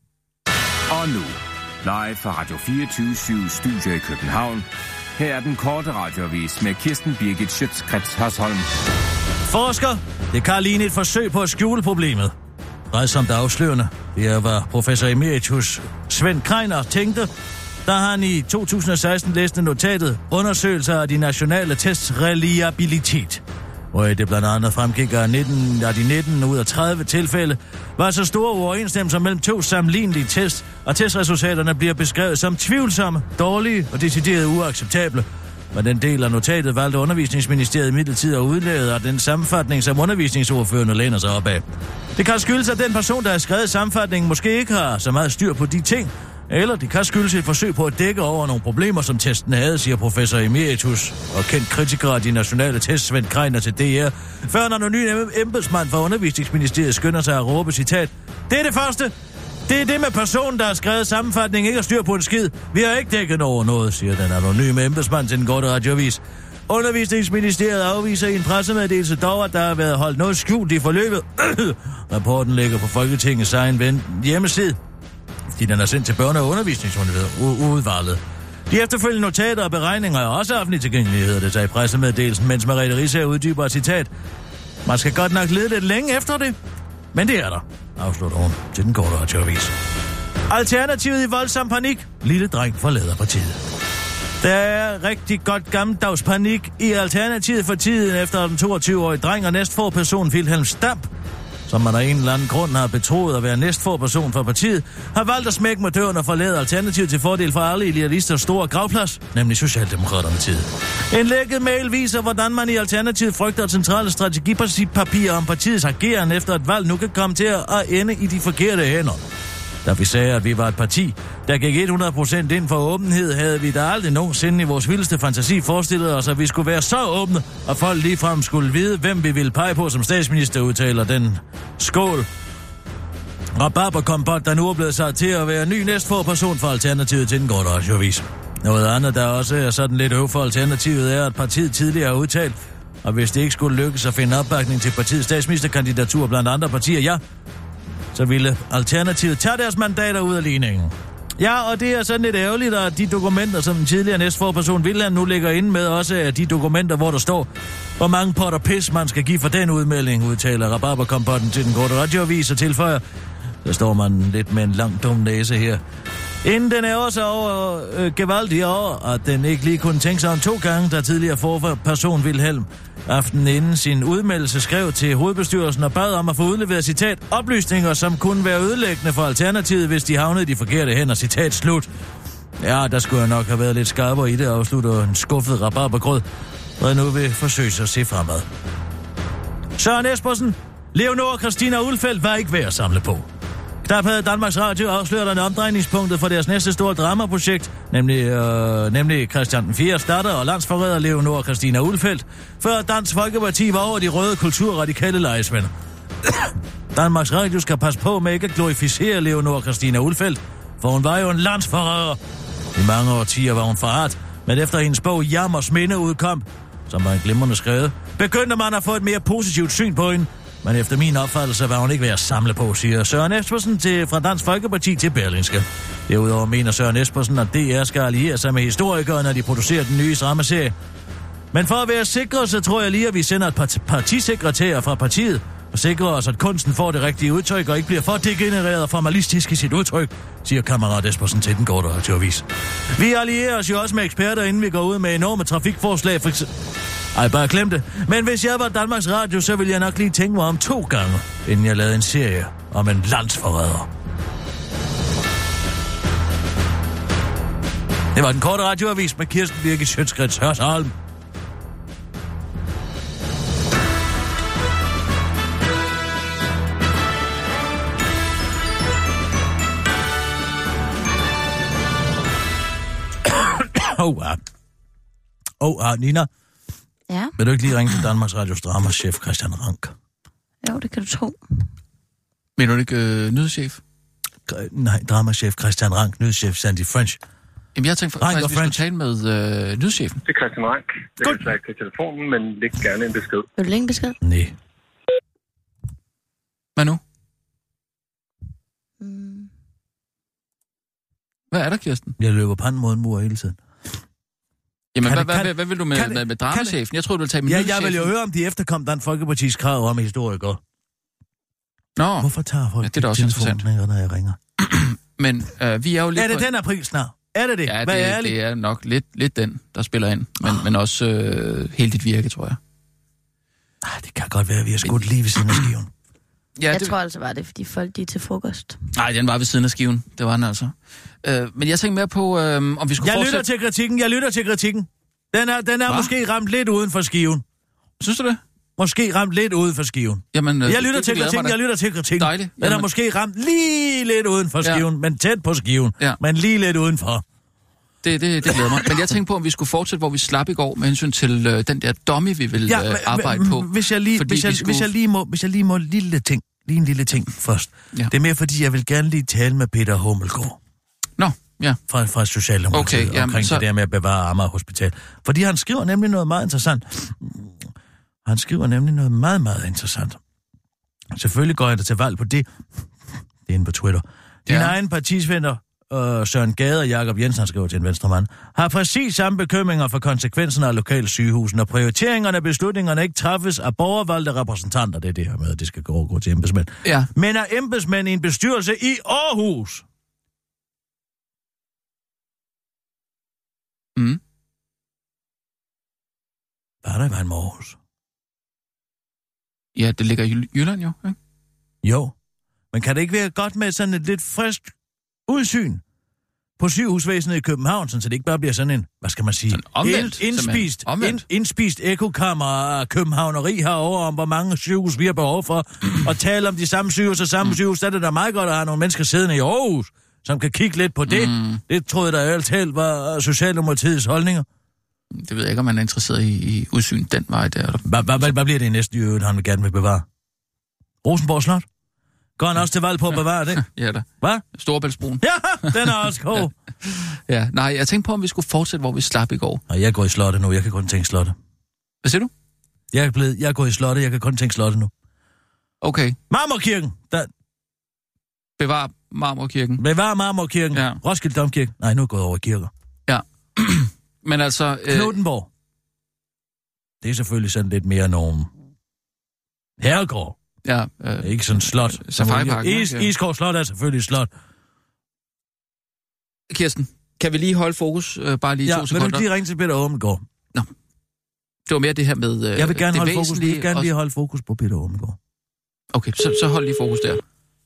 Og nu, live fra Radio 24/7 Studio i København. Her er den korte radioavis med Kirsten Birgit Schøtz-Krets Hørsholm. Forsker, det kan ligne et forsøg på at skjule problemet. Rædsomt afslørende. Det er, hvad professor emeritus Svend Kreiner tænkte, da han i 2016 læste notatet Undersøgelser af de nationale tests reliabilitet, hvor det blandt andet fremgik, at 19 af de 19 ud af 30 tilfælde var så store uoverensstemmelser mellem to sammenlignelige tests, og testresultaterne bliver beskrevet som tvivlsomme, dårlige og decideret uacceptable. Men den del af notatet valgte Undervisningsministeriet imidlertid at udlade af den sammenfatning, som undervisningsordførerne læner sig op af. Det kan skyldes, at den person, der har skrevet sammenfatningen, måske ikke har så meget styr på de ting, eller det kan skyldes et forsøg på at dække over nogle problemer, som testen havde, siger professor emeritus og kendt kritiker af de nationale tests, Svend Kreiner til DR, før en anonym embedsmand fra Undervisningsministeriet skynder sig at råbe, citat, det er det første. Det er det med personen, der har skrevet sammenfatningen, ikke har styr på en skid. Vi har ikke dækket over noget, siger den anonyme embedsmand til den korte radioavis. Undervisningsministeriet afviser i en pressemeddelelse dog, at der har været holdt noget skjult i forløbet. Rapporten ligger på Folketingets egen hjemmeside, fordi den er sendt til børne- og undervisningsudvalget. De efterfølgende notater og beregninger er også offentligt tilgængelige, hedder det sig i pressemeddelelsen, mens Merete Riisager uddyber et citat. Man skal godt nok lede lidt længe efter det, men det er der, afslutter hun til den korte radioavis. Alternativet i voldsom panik. Lille dreng forlader partiet. Der er rigtig godt gammeldags panik i Alternativet for tiden, efter den 22-årige dreng og næstforperson Wilhelm Stamp, som man af en eller anden grund har betroet at være næstforperson for partiet, har valgt at smække med døren og forlade Alternativet til fordel for alle idealisters store gravplads, nemlig Socialdemokraterne. En lækket mail viser, hvordan man i Alternativet frygter, at centrale strategipapirer om partiets ageren efter et valg nu kan komme til at ende i de forkerte hænder. Da vi sagde, at vi var et parti, der gik 100% ind for åbenhed, havde vi da aldrig nogensinde i vores vildeste fantasi forestillet os, at vi skulle være så åbne, og folk ligefrem skulle vide, hvem vi ville pege på som statsminister, udtaler den skål rabarberkompot, der nu er blevet sat til at være ny næstforperson for Alternativet til den korte radioavis. Noget andet, der også er sådan lidt øv for Alternativet, er, at partiet tidligere har udtalt, og hvis det ikke skulle lykkes at finde opbakning til partiets statsministerkandidatur blandt andre partier, så ville Alternativet tage deres mandater ud af ligningen. Ja, og det er sådan lidt ærgerligt, at de dokumenter, som den tidligere næstforperson Villand nu ligger inde med, også er de dokumenter, hvor der står, hvor mange potter pis man skal give for den udmelding, udtaler rabarberkompotten til den korte radioavis og tilføjer. Der står man lidt med en lang dum næse her. Inden den er også over gevaldig over, at den ikke lige kunne tænke sig om 2 gange, da tidligere forperson Vilhelm aftenen inden sin udmeldelse skrev til hovedbestyrelsen og bad om at få udleveret citat oplysninger, som kunne være ødelæggende for Alternativet, hvis de havnede i de forkerte hænder. Citat slut. Ja, der skulle jeg nok have været lidt skarpere i det, afslutter en skuffet rabarbergrød, og nu vil forsøge at se fremad. Søren Espersen, Leonor og Christina Ulfeldt var ikke værd at samle på. Knap havde Danmarks Radio afsløret omdrejningspunktet for deres næste store dramaprojekt, nemlig Christian den 4. datter og landsforræder Leonor og Christina Ulfeldt, før Dansk Folkeparti var over de røde kulturradikale lejesvenner. Danmarks Radio skal passe på med ikke at glorificere Leonor og Christina Ulfeldt, for hun var jo en landsforræder. I mange årtier var hun forrædt, men efter hendes bog Jammers Minde udkom, som var en glimrende skrevet, begyndte man at få et mere positivt syn på hende. Men efter min opfattelse var hun ikke ved at samle på, siger Søren Espersen fra Dansk Folkeparti til Berlingske. Derudover mener Søren Espersen, at DR skal alliere sig med historikere, når de producerer den nye dramaserie. Men for at være sikre, så tror jeg lige, at vi sender et partisekretær fra partiet og sikrer os, at kunsten får det rigtige udtryk og ikke bliver for degenereret og formalistisk i sit udtryk, siger kammerat Espersen til den korte radioavis. Vi allierer os jo også med eksperter, inden vi går ud med enorme trafikforslag, bare glem det. Men hvis jeg var Danmarks Radio, så ville jeg nok lige tænke mig om 2 gange, inden jeg lavede en serie om en landsforræder. Det var den korte radioavis med Kirsten Birgit Schøtz-Krets Hørsholm. Nina. Ja? Vil du ikke lige ringe til Danmarks Radios dramachef Christian Rank? Jo, det kan du tro. Mener du ikke nyhedschef? Nej, dramachef Christian Rank, nyhedschef Sandy French. Jamen, jeg tænkte faktisk, vi skulle tale med nyhedschefen. Det er Christian Rank. Jeg kan tage til telefonen, men læg gerne en besked. Vil du lægge en besked? Nej. Hvad nu? Hvad er der, Kirsten? Jeg løber panden mod en mur hele tiden. Jamen, hvad vil du med dramachefen? Jeg tror, du vil tage med nyhedschefen. Jeg vil jo høre, om de efterkom Dansk Folkepartis krav om historikere. Nå. Hvorfor tager folk det er også telefonen, når jeg ringer? Men vi er jo lidt... Er det den april snart? Er det det? Ja, det er nok lidt den, der spiller ind. Men også helt dit virke, tror jeg. Det kan godt være, at vi har skudt lige ved siden af skiven. Ja, jeg tror altså bare, det er, fordi folk de er til frokost. Nej, den var ved siden af skiven. Det var den altså. Men jeg tænkte mere på, om vi skulle fortsætte... Jeg lytter til kritikken. Den er måske ramt lidt uden for skiven. Synes du det? Måske ramt lidt uden for skiven. Jamen, jeg lytter til kritikken. Dejligt. Den er måske ramt lige lidt uden for skiven, men tæt på skiven. Ja. Men lige lidt udenfor. Det glæder mig. Men jeg tænkte på, om vi skulle fortsætte, hvor vi slap i går, med hensyn til den der dummy, vi vil arbejde på. Hvis jeg lige må en lille ting først. Ja. Det er mere, fordi jeg vil gerne lige tale med Peter Hummelgaard. Nå, ja. Fra Socialdemokratiet omkring det der med at bevare Amager Hospital. Fordi han skriver nemlig noget meget interessant. Han skriver nemlig noget meget, meget interessant. Selvfølgelig går jeg da til valg på det. Det er inde på Twitter. Dine egen partisvenner, Søren Gade og Jakob Jensen, han skriver til en venstremand, har præcis samme bekymringer for konsekvenserne af lokale sygehus, når prioriteringerne af beslutningerne ikke træffes af borgervalgte repræsentanter. Det er det her med, at det skal gå til embedsmænd. Ja. Men er embedsmænd i en bestyrelse i Aarhus. Hvad er der i vejen med Aarhus? Ja, det ligger i Jylland jo, ikke? Jo, men kan det ikke være godt med sådan et lidt frisk udsyn? på sygehusvæsenet i København, så det ikke bare bliver sådan en, hvad skal man sige, indspist ekokammer af københavneri herovre om, hvor mange sygehus vi har behov for, og tale om de samme sygehus og samme sygehus. Der er det da meget godt at have nogle mennesker siddende i Aarhus, som kan kigge lidt på det. Det troede jeg da altid var Socialdemokratiets holdninger. Det ved jeg ikke, om man er interesseret i udsyn den vej der. Hvad bliver det i næste øvrigt, han vil gerne vil bevare? Rosenborg Slot? Går han også til valg på at bevare det? Ja da. Hvad? Storebæltsbroen. Ja, den er også god. Ja, nej, jeg tænkte på, om vi skulle fortsætte, hvor vi slap i går. Og jeg går i slottet nu, jeg kan kun tænke slottet. Hvad siger du? Jeg går i slottet, jeg kan kun tænke slottet nu. Okay. Marmorkirken! Bevar Marmorkirken. Bevar Marmorkirken. Ja. Roskilde Domkirke. Nej, nu er jeg gået over i kirker. Ja. Men altså... Knuthenborg. Det er selvfølgelig sådan lidt mere nogen herregård. Ja. Ikke sådan slot. Safariparken. Iskov Slot er selvfølgelig et slot. Kirsten, kan vi lige holde fokus bare lige 2 sekunder? Ja, vil du lige ringe til Peter Aabengaard? Nå. Det var mere det her med jeg vil gerne holde fokus. Jeg vil gerne lige også... holde fokus på Peter Aabengaard. Okay, så hold lige fokus der.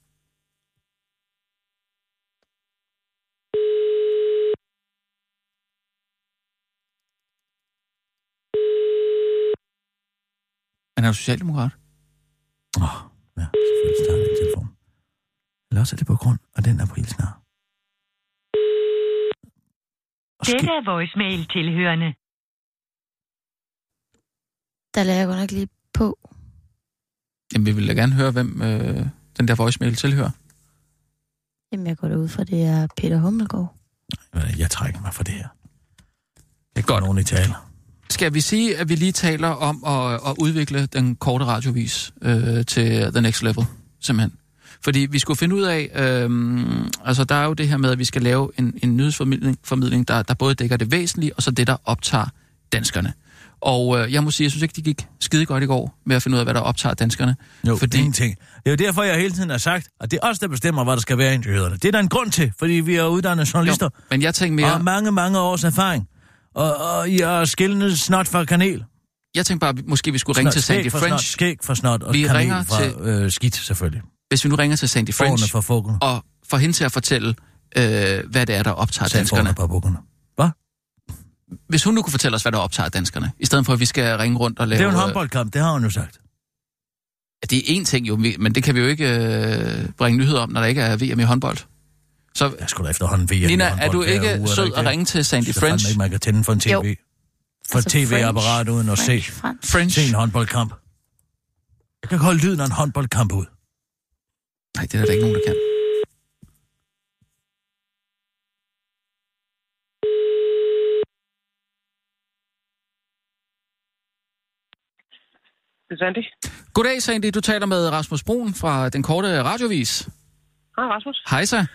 Han er jo socialdemokrat. Ja, selvfølgelig starter en telefon. Eller også er det på grund af den aprilsnar. Dette er voicemail tilhørende. Der lader jeg godt nok lige på. Jamen, vi vil da gerne høre, hvem den der voicemail tilhører. Jamen, jeg går derud fra, det er Peter Hummelgaard. Jeg trækker mig for det her. Det er godt. Nogen i taler. Skal vi sige, at vi lige taler om at udvikle den korte radiovis til the next level, simpelthen? Fordi vi skulle finde ud af, altså der er jo det her med, at vi skal lave en nyhedsformidling, der både dækker det væsentlige, og så det, der optager danskerne. Og jeg må sige, jeg synes ikke, det gik skide godt i går med at finde ud af, hvad der optager danskerne. Jo, fordi... ingenting. Det er jo derfor, jeg hele tiden har sagt, at det er os, der bestemmer, hvad der skal være i nyhederne. Det er der en grund til, fordi vi er uddannede journalister. Jo, men jeg tænker mere... Og mange års erfaring. Og I har skillende snot fra kanel. Jeg tænkte bare, at måske vi skulle ringe til Sandy French. Skæg for snot og vi kanel ringer fra til... skidt, selvfølgelig. Hvis vi nu ringer til Sandy French og får hende til at fortælle, hvad det er, der optager danskerne. Hvad? Hvis hun nu kunne fortælle os, hvad der optager danskerne, i stedet for, at vi skal ringe rundt og lave... Det er jo en håndboldkamp, det har hun jo sagt. Ja, det er én ting jo, men det kan vi jo ikke bringe nyheder om, når der ikke er VM i håndbold. Så jeg skulle da efterhånden VM Nina, i håndbold. Er du ikke sød at ringe til Sandy French? Ikke, man kan tænde for en TV. Jo. For altså tv-apparat uden at se en håndboldkamp. Jeg kan holde lyden af en håndboldkamp ud. Nej, det er der ikke nogen, der kan. Det er Sandy. Goddag, Sandy. Du taler med Rasmus Broen fra Den Korte Radiovis. Hej, Rasmus. Hej så.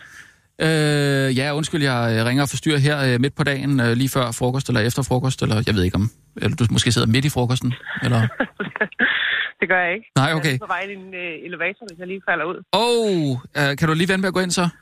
Ja, undskyld, jeg ringer og forstyrrer her midt på dagen, lige før frokost eller efter frokost, eller jeg ved ikke om... Eller du måske sidder midt i frokosten, eller... Det gør jeg ikke. Nej, okay. Jeg er på vej i din elevator, hvis jeg lige falder ud. Kan du lige vente med at gå ind så?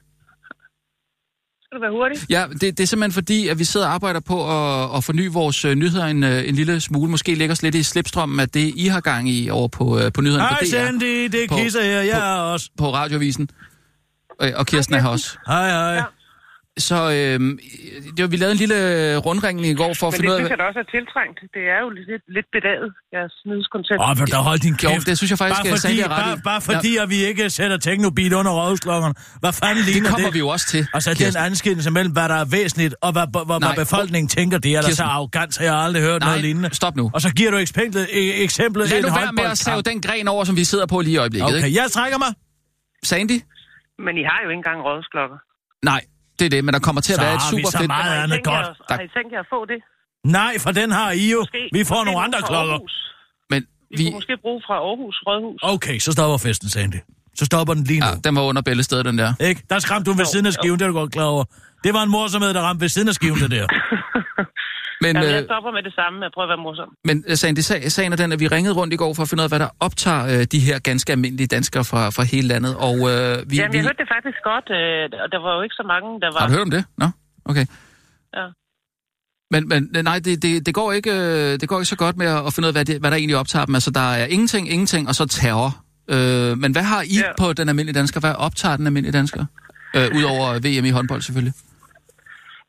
Skal du være hurtig? Ja, det er simpelthen fordi, at vi sidder og arbejder på at forny vores nyheder en lille smule. Måske lægger os lidt i slipstrømmen af det, I har gang i over på nyhederne. Hej Sandy, det er Kisser her, jeg er også. På Radiovisen. Og Kirsten er her også. Hej. Ja. Så vi lavede en lille rundringning i går for at finde ud af... Men det synes jeg da også er tiltrængt. Det er jo lidt bedaget, jeres nyhedskoncept. Men der hold din kæft. Jo, det synes jeg faktisk, bare fordi at vi ikke sætter teknobil under rådhusklokkerne. Hvad fanden ligner det? Det kommer vi jo også til. Og så den anskillelse mellem, hvad der er væsentligt, og hvad befolkningen tænker, det er der så arrogant, så jeg har aldrig hørt noget lignende. Stop nu. Og så giver du eksemplet lad nu være med at save den gren over, som vi sidder på lige i øjeblikket. Okay, jeg trækker mig. Sandy? Men I har jo ikke engang rådhusklokker. Nej. Det er det, men der kommer til at være et super fedt... Har I tænkt jer at få det? Nej, for den har I jo. Vi får nogle andre klokker. Men vi kunne måske bruge fra Aarhus Rådhus. Okay, så stopper festen, Sandy. Så stopper den lige nu. Ja, den var under bæltestedet, den der. Ikke? Der skræmte du ved siden af skiven, det er du godt klar over. Det var en morsomhed, der ramte ved siden af skiven, det der. Men jeg stopper med det samme, jeg prøver at være morsom. Men sagen er den, at vi ringede rundt i går for at finde ud af, hvad der optager de her ganske almindelige danskere fra hele landet. Og, jeg hørte det faktisk godt, og der var jo ikke så mange, der var... Har du hørt om det? Nå, okay. Ja. Men nej, det går ikke så godt med at finde ud af, hvad der egentlig optager dem. Altså, der er ingenting, og så terror. Men hvad har I på den almindelige dansker? Hvad optager den almindelige dansker? Udover VM i håndbold, selvfølgelig.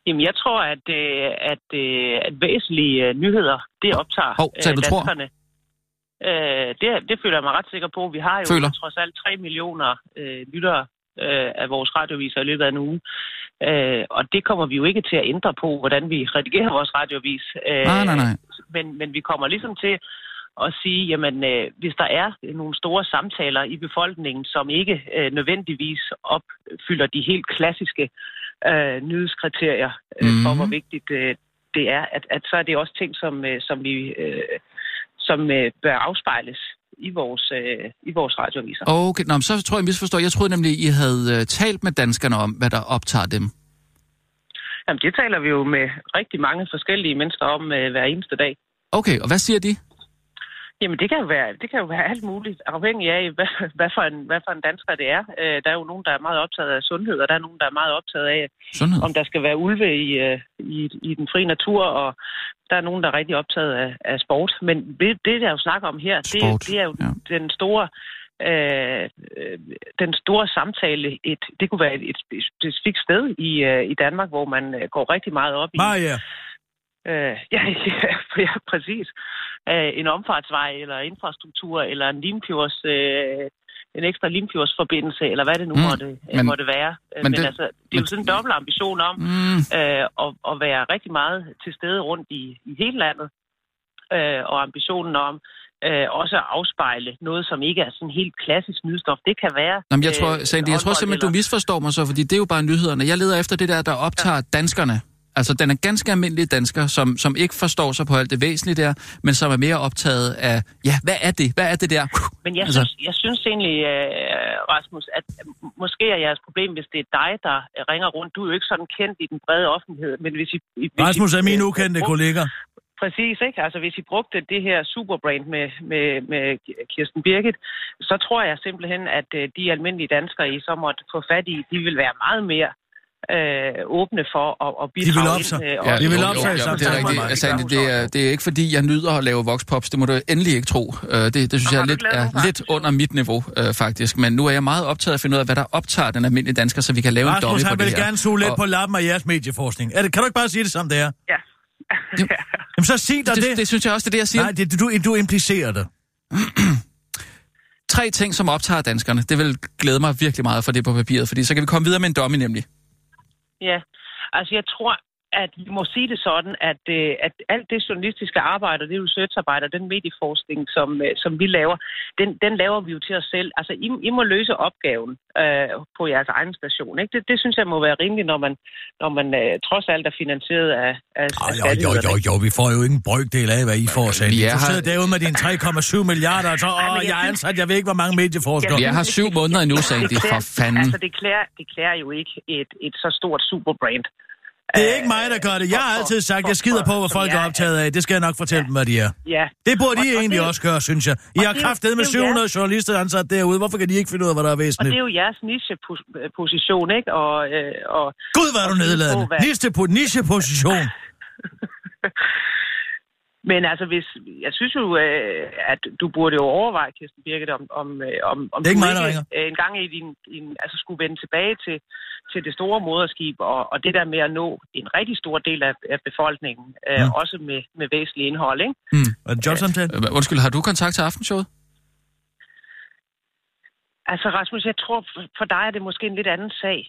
Jamen, jeg tror, at væsentlige nyheder, det optager danskerne. Det føler jeg mig ret sikker på. Vi har jo trods alt 3 millioner lyttere af vores radioaviser i løbet af en uge. Og det kommer vi jo ikke til at ændre på, hvordan vi redigerer vores radioavis. Nej. Men vi kommer ligesom til at sige, jamen, hvis der er nogle store samtaler i befolkningen, som ikke nødvendigvis opfylder de helt klassiske nyhedskriterier for, hvor vigtigt det er, at så er det også ting, som bør afspejles i vores radioaviser. Okay, så tror jeg misforstår. Jeg troede nemlig, I havde talt med danskerne om, hvad der optager dem. Jamen, det taler vi jo med rigtig mange forskellige mennesker om hver eneste dag. Okay, og hvad siger de? Jamen, det kan jo være alt muligt, afhængig af, hvad for en dansker det er. Der er jo nogen, der er meget optaget af sundhed, og der er nogen, der er meget optaget af, om der skal være ulve i den frie natur, og der er nogen, der er rigtig optaget af sport. Men det der jo snakker om her, det er jo den store samtale. Det kunne være et specifikt sted i Danmark, hvor man går rigtig meget op i. Maja. Ja, præcis. En omfartsvej, eller infrastruktur, eller en ekstra Limfjordsforbindelse, eller hvad det nu måtte være. Men det er jo sådan en dobbelt ambition om at være rigtig meget til stede rundt i hele landet, og ambitionen om også at afspejle noget, som ikke er sådan helt klassisk nyhedsstof. Det kan være... Jamen, jeg tror simpelthen, du misforstår mig så, fordi det er jo bare nyhederne. Jeg leder efter det der optager danskerne. Altså, den er ganske almindelig dansker, som ikke forstår sig på alt det væsentlige der, men som er mere optaget af, hvad er det? Hvad er det der? Men jeg synes egentlig, Rasmus, at måske er jeres problem, hvis det er dig, der ringer rundt. Du er jo ikke sådan kendt i den brede offentlighed, men hvis Rasmus er min ukendte kollega. Præcis, ikke? Altså, hvis I brugte det her superbrand med Kirsten Birgit, så tror jeg simpelthen, at de almindelige danskere, I så måtte få fat i, de vil være meget mere åbne for at bidrage ind. De vil opsage samtidig. Det er ikke fordi, jeg nyder at lave voxpops. Det må du endelig ikke tro. Det synes jeg er lidt under mit niveau, faktisk. Men nu er jeg meget optaget af at finde ud af, hvad der optager den almindelige dansker, så vi kan lave en dummy på det her. Rasmus, han vil gerne suge lidt på lappen af jeres medieforskning. Kan du ikke bare sige det som det er? Ja. Jamen så sig dig det. Det synes jeg også, det er det, jeg siger. Nej, du implicerer det. 3 ting, som optager danskerne. Det vil glæde mig virkelig meget for det på papiret, fordi så kan vi komme videre med en dummy nemlig. Ja, altså jeg tror, at vi må sige det sådan, at alt det journalistiske arbejde, det researcharbejde og den medieforskning, som vi laver, den laver vi jo til os selv. Altså, I må løse opgaven på jeres egen station, ikke? Det synes jeg må være rimeligt, når man trods alt er finansieret af skatteyderne. Jo, vi får jo ikke en brøkdel af, hvad I får selv. Du sidder derude med dine 3,7 milliarder, og så jeg er ansat, jeg ved ikke, hvor mange medieforskere. Jeg har 7 måneder endnu, sagde de, for fanden. Altså, det klæder jo ikke et så stort superbrand. Det er ikke mig, der gør det. Jeg har altid sagt, jeg skider på, hvad folk er optaget af. Det skal jeg nok fortælle dem, hvad de er. Ja. Det burde de egentlig også gøre, synes jeg. I har kraftedet med 700 journalister ansat derude. Hvorfor kan de ikke finde ud af, hvad der er væsentligt? Og det er jo jeres nicheposition, ikke? Og Gud, hvor er du nedladende. Nicheposition. Men altså, jeg synes jo, at du burde jo overveje, Kirsten Birgit, om det er ikke mig, der ringer. En gang i altså skulle vende tilbage til det store moderskib, og det der med at nå en rigtig stor del af befolkningen, også med væsentligt indhold, ikke? Er det jobsamtale? Undskyld, har du kontakt til Aftenshowet? Altså, Rasmus, jeg tror, for dig er det måske en lidt anden sag.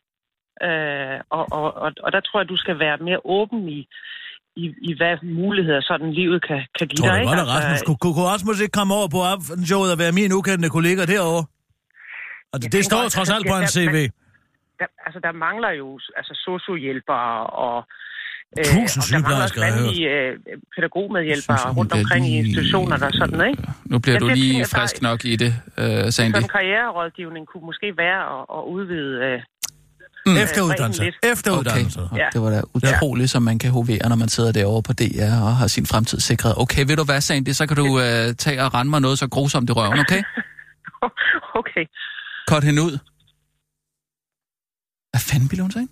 Og der tror jeg, du skal være mere åben i hvad muligheder sådan livet kan give dig. Tror du, Rasmus? Kunne Rasmus ikke komme over på Aftenshowet og være min ukendte kollega derovre? Og det står trods alt på en CV. Der mangler jo sosu-hjælpere og der mangler også pædagogmedhjælpere rundt omkring i institutionerne og sådan, ikke? Nu bliver du lige frisk nok i det, Sandy. Sådan karriererådgivning kunne måske være at udvide... Efteruddannelse. Okay. Det var da utroligt, som man kan hovere, når man sidder derovre på DR og har sin fremtid sikret. Okay, ved du hvad, Sandy, så kan du tage og rende mig noget så grusomt i røven, okay? Okay. Kort hende ud. Hvad fanden ville hun sige?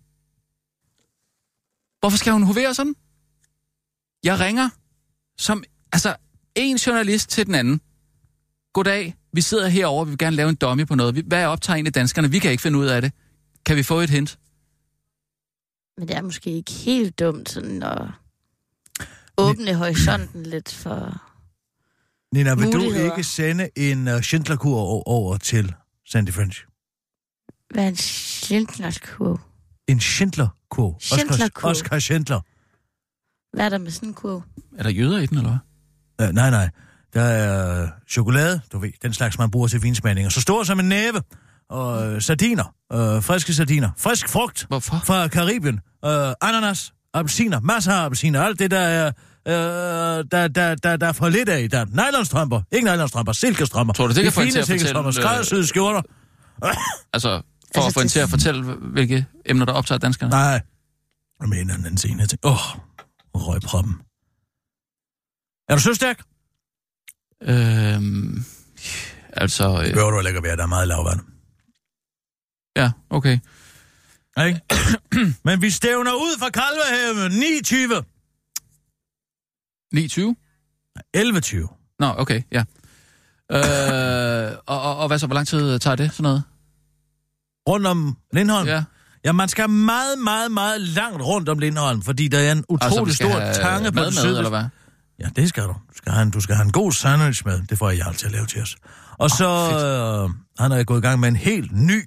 Hvorfor skal hun hovere sådan? Jeg ringer som, en journalist til den anden. Goddag, vi sidder herovre, vi vil gerne lave en dummy på noget. Hvad er optaget af danskerne? Vi kan ikke finde ud af det. Kan vi få et hint? Men det er måske ikke helt dumt sådan at åbne horisonten lidt for Nina, vil muligheder. du ikke sende en Schindler-kur over til Sandy French? Hvad er en Schindler-kurv? En Schindler-kurv. Schindler-kurv. Oscar Schindler. Hvad er der med sådan en kurv? Er der jøder i den, eller hvad? Nej. Der er chokolade, du ved, den slags, man bruger til vinsmagninger. Så stor som en næve. Og sardiner. Friske sardiner. Frisk frugt. Hvorfor? Fra Karibien. Ananas. Appelsiner. Masser af appelsiner. Alt det, der er... der er for lidt af i der. Nylonstrømper. Ikke nylonstrømper. Silkestrømper. Tror du, det kan få en til at silkestrømper. Skræddersyede skjorter. Altså, for at få en til at fortælle, hvilke emner, der optager danskerne? Nej. Jeg mener en anden scene. Jeg tænker, røgproppen. Er du så stærk? Altså... Det behøver du heller ikke være, der er meget lavvand. Ja, okay. Ikke? Men vi stævner ud fra Kalvehaven 29? 11:20. Nå, okay, ja. Og hvad så, hvor lang tid tager det, sådan noget? Rundt om Lindholm? Ja. Ja, man skal meget, meget, meget langt rundt om Lindholm, fordi der er en utrolig stor tange på det syd. Eller hvad? Ja, det skal du. Du skal have en god sandwich med. Det får jeg altid at lave til os. Og så han er gået i gang med en helt ny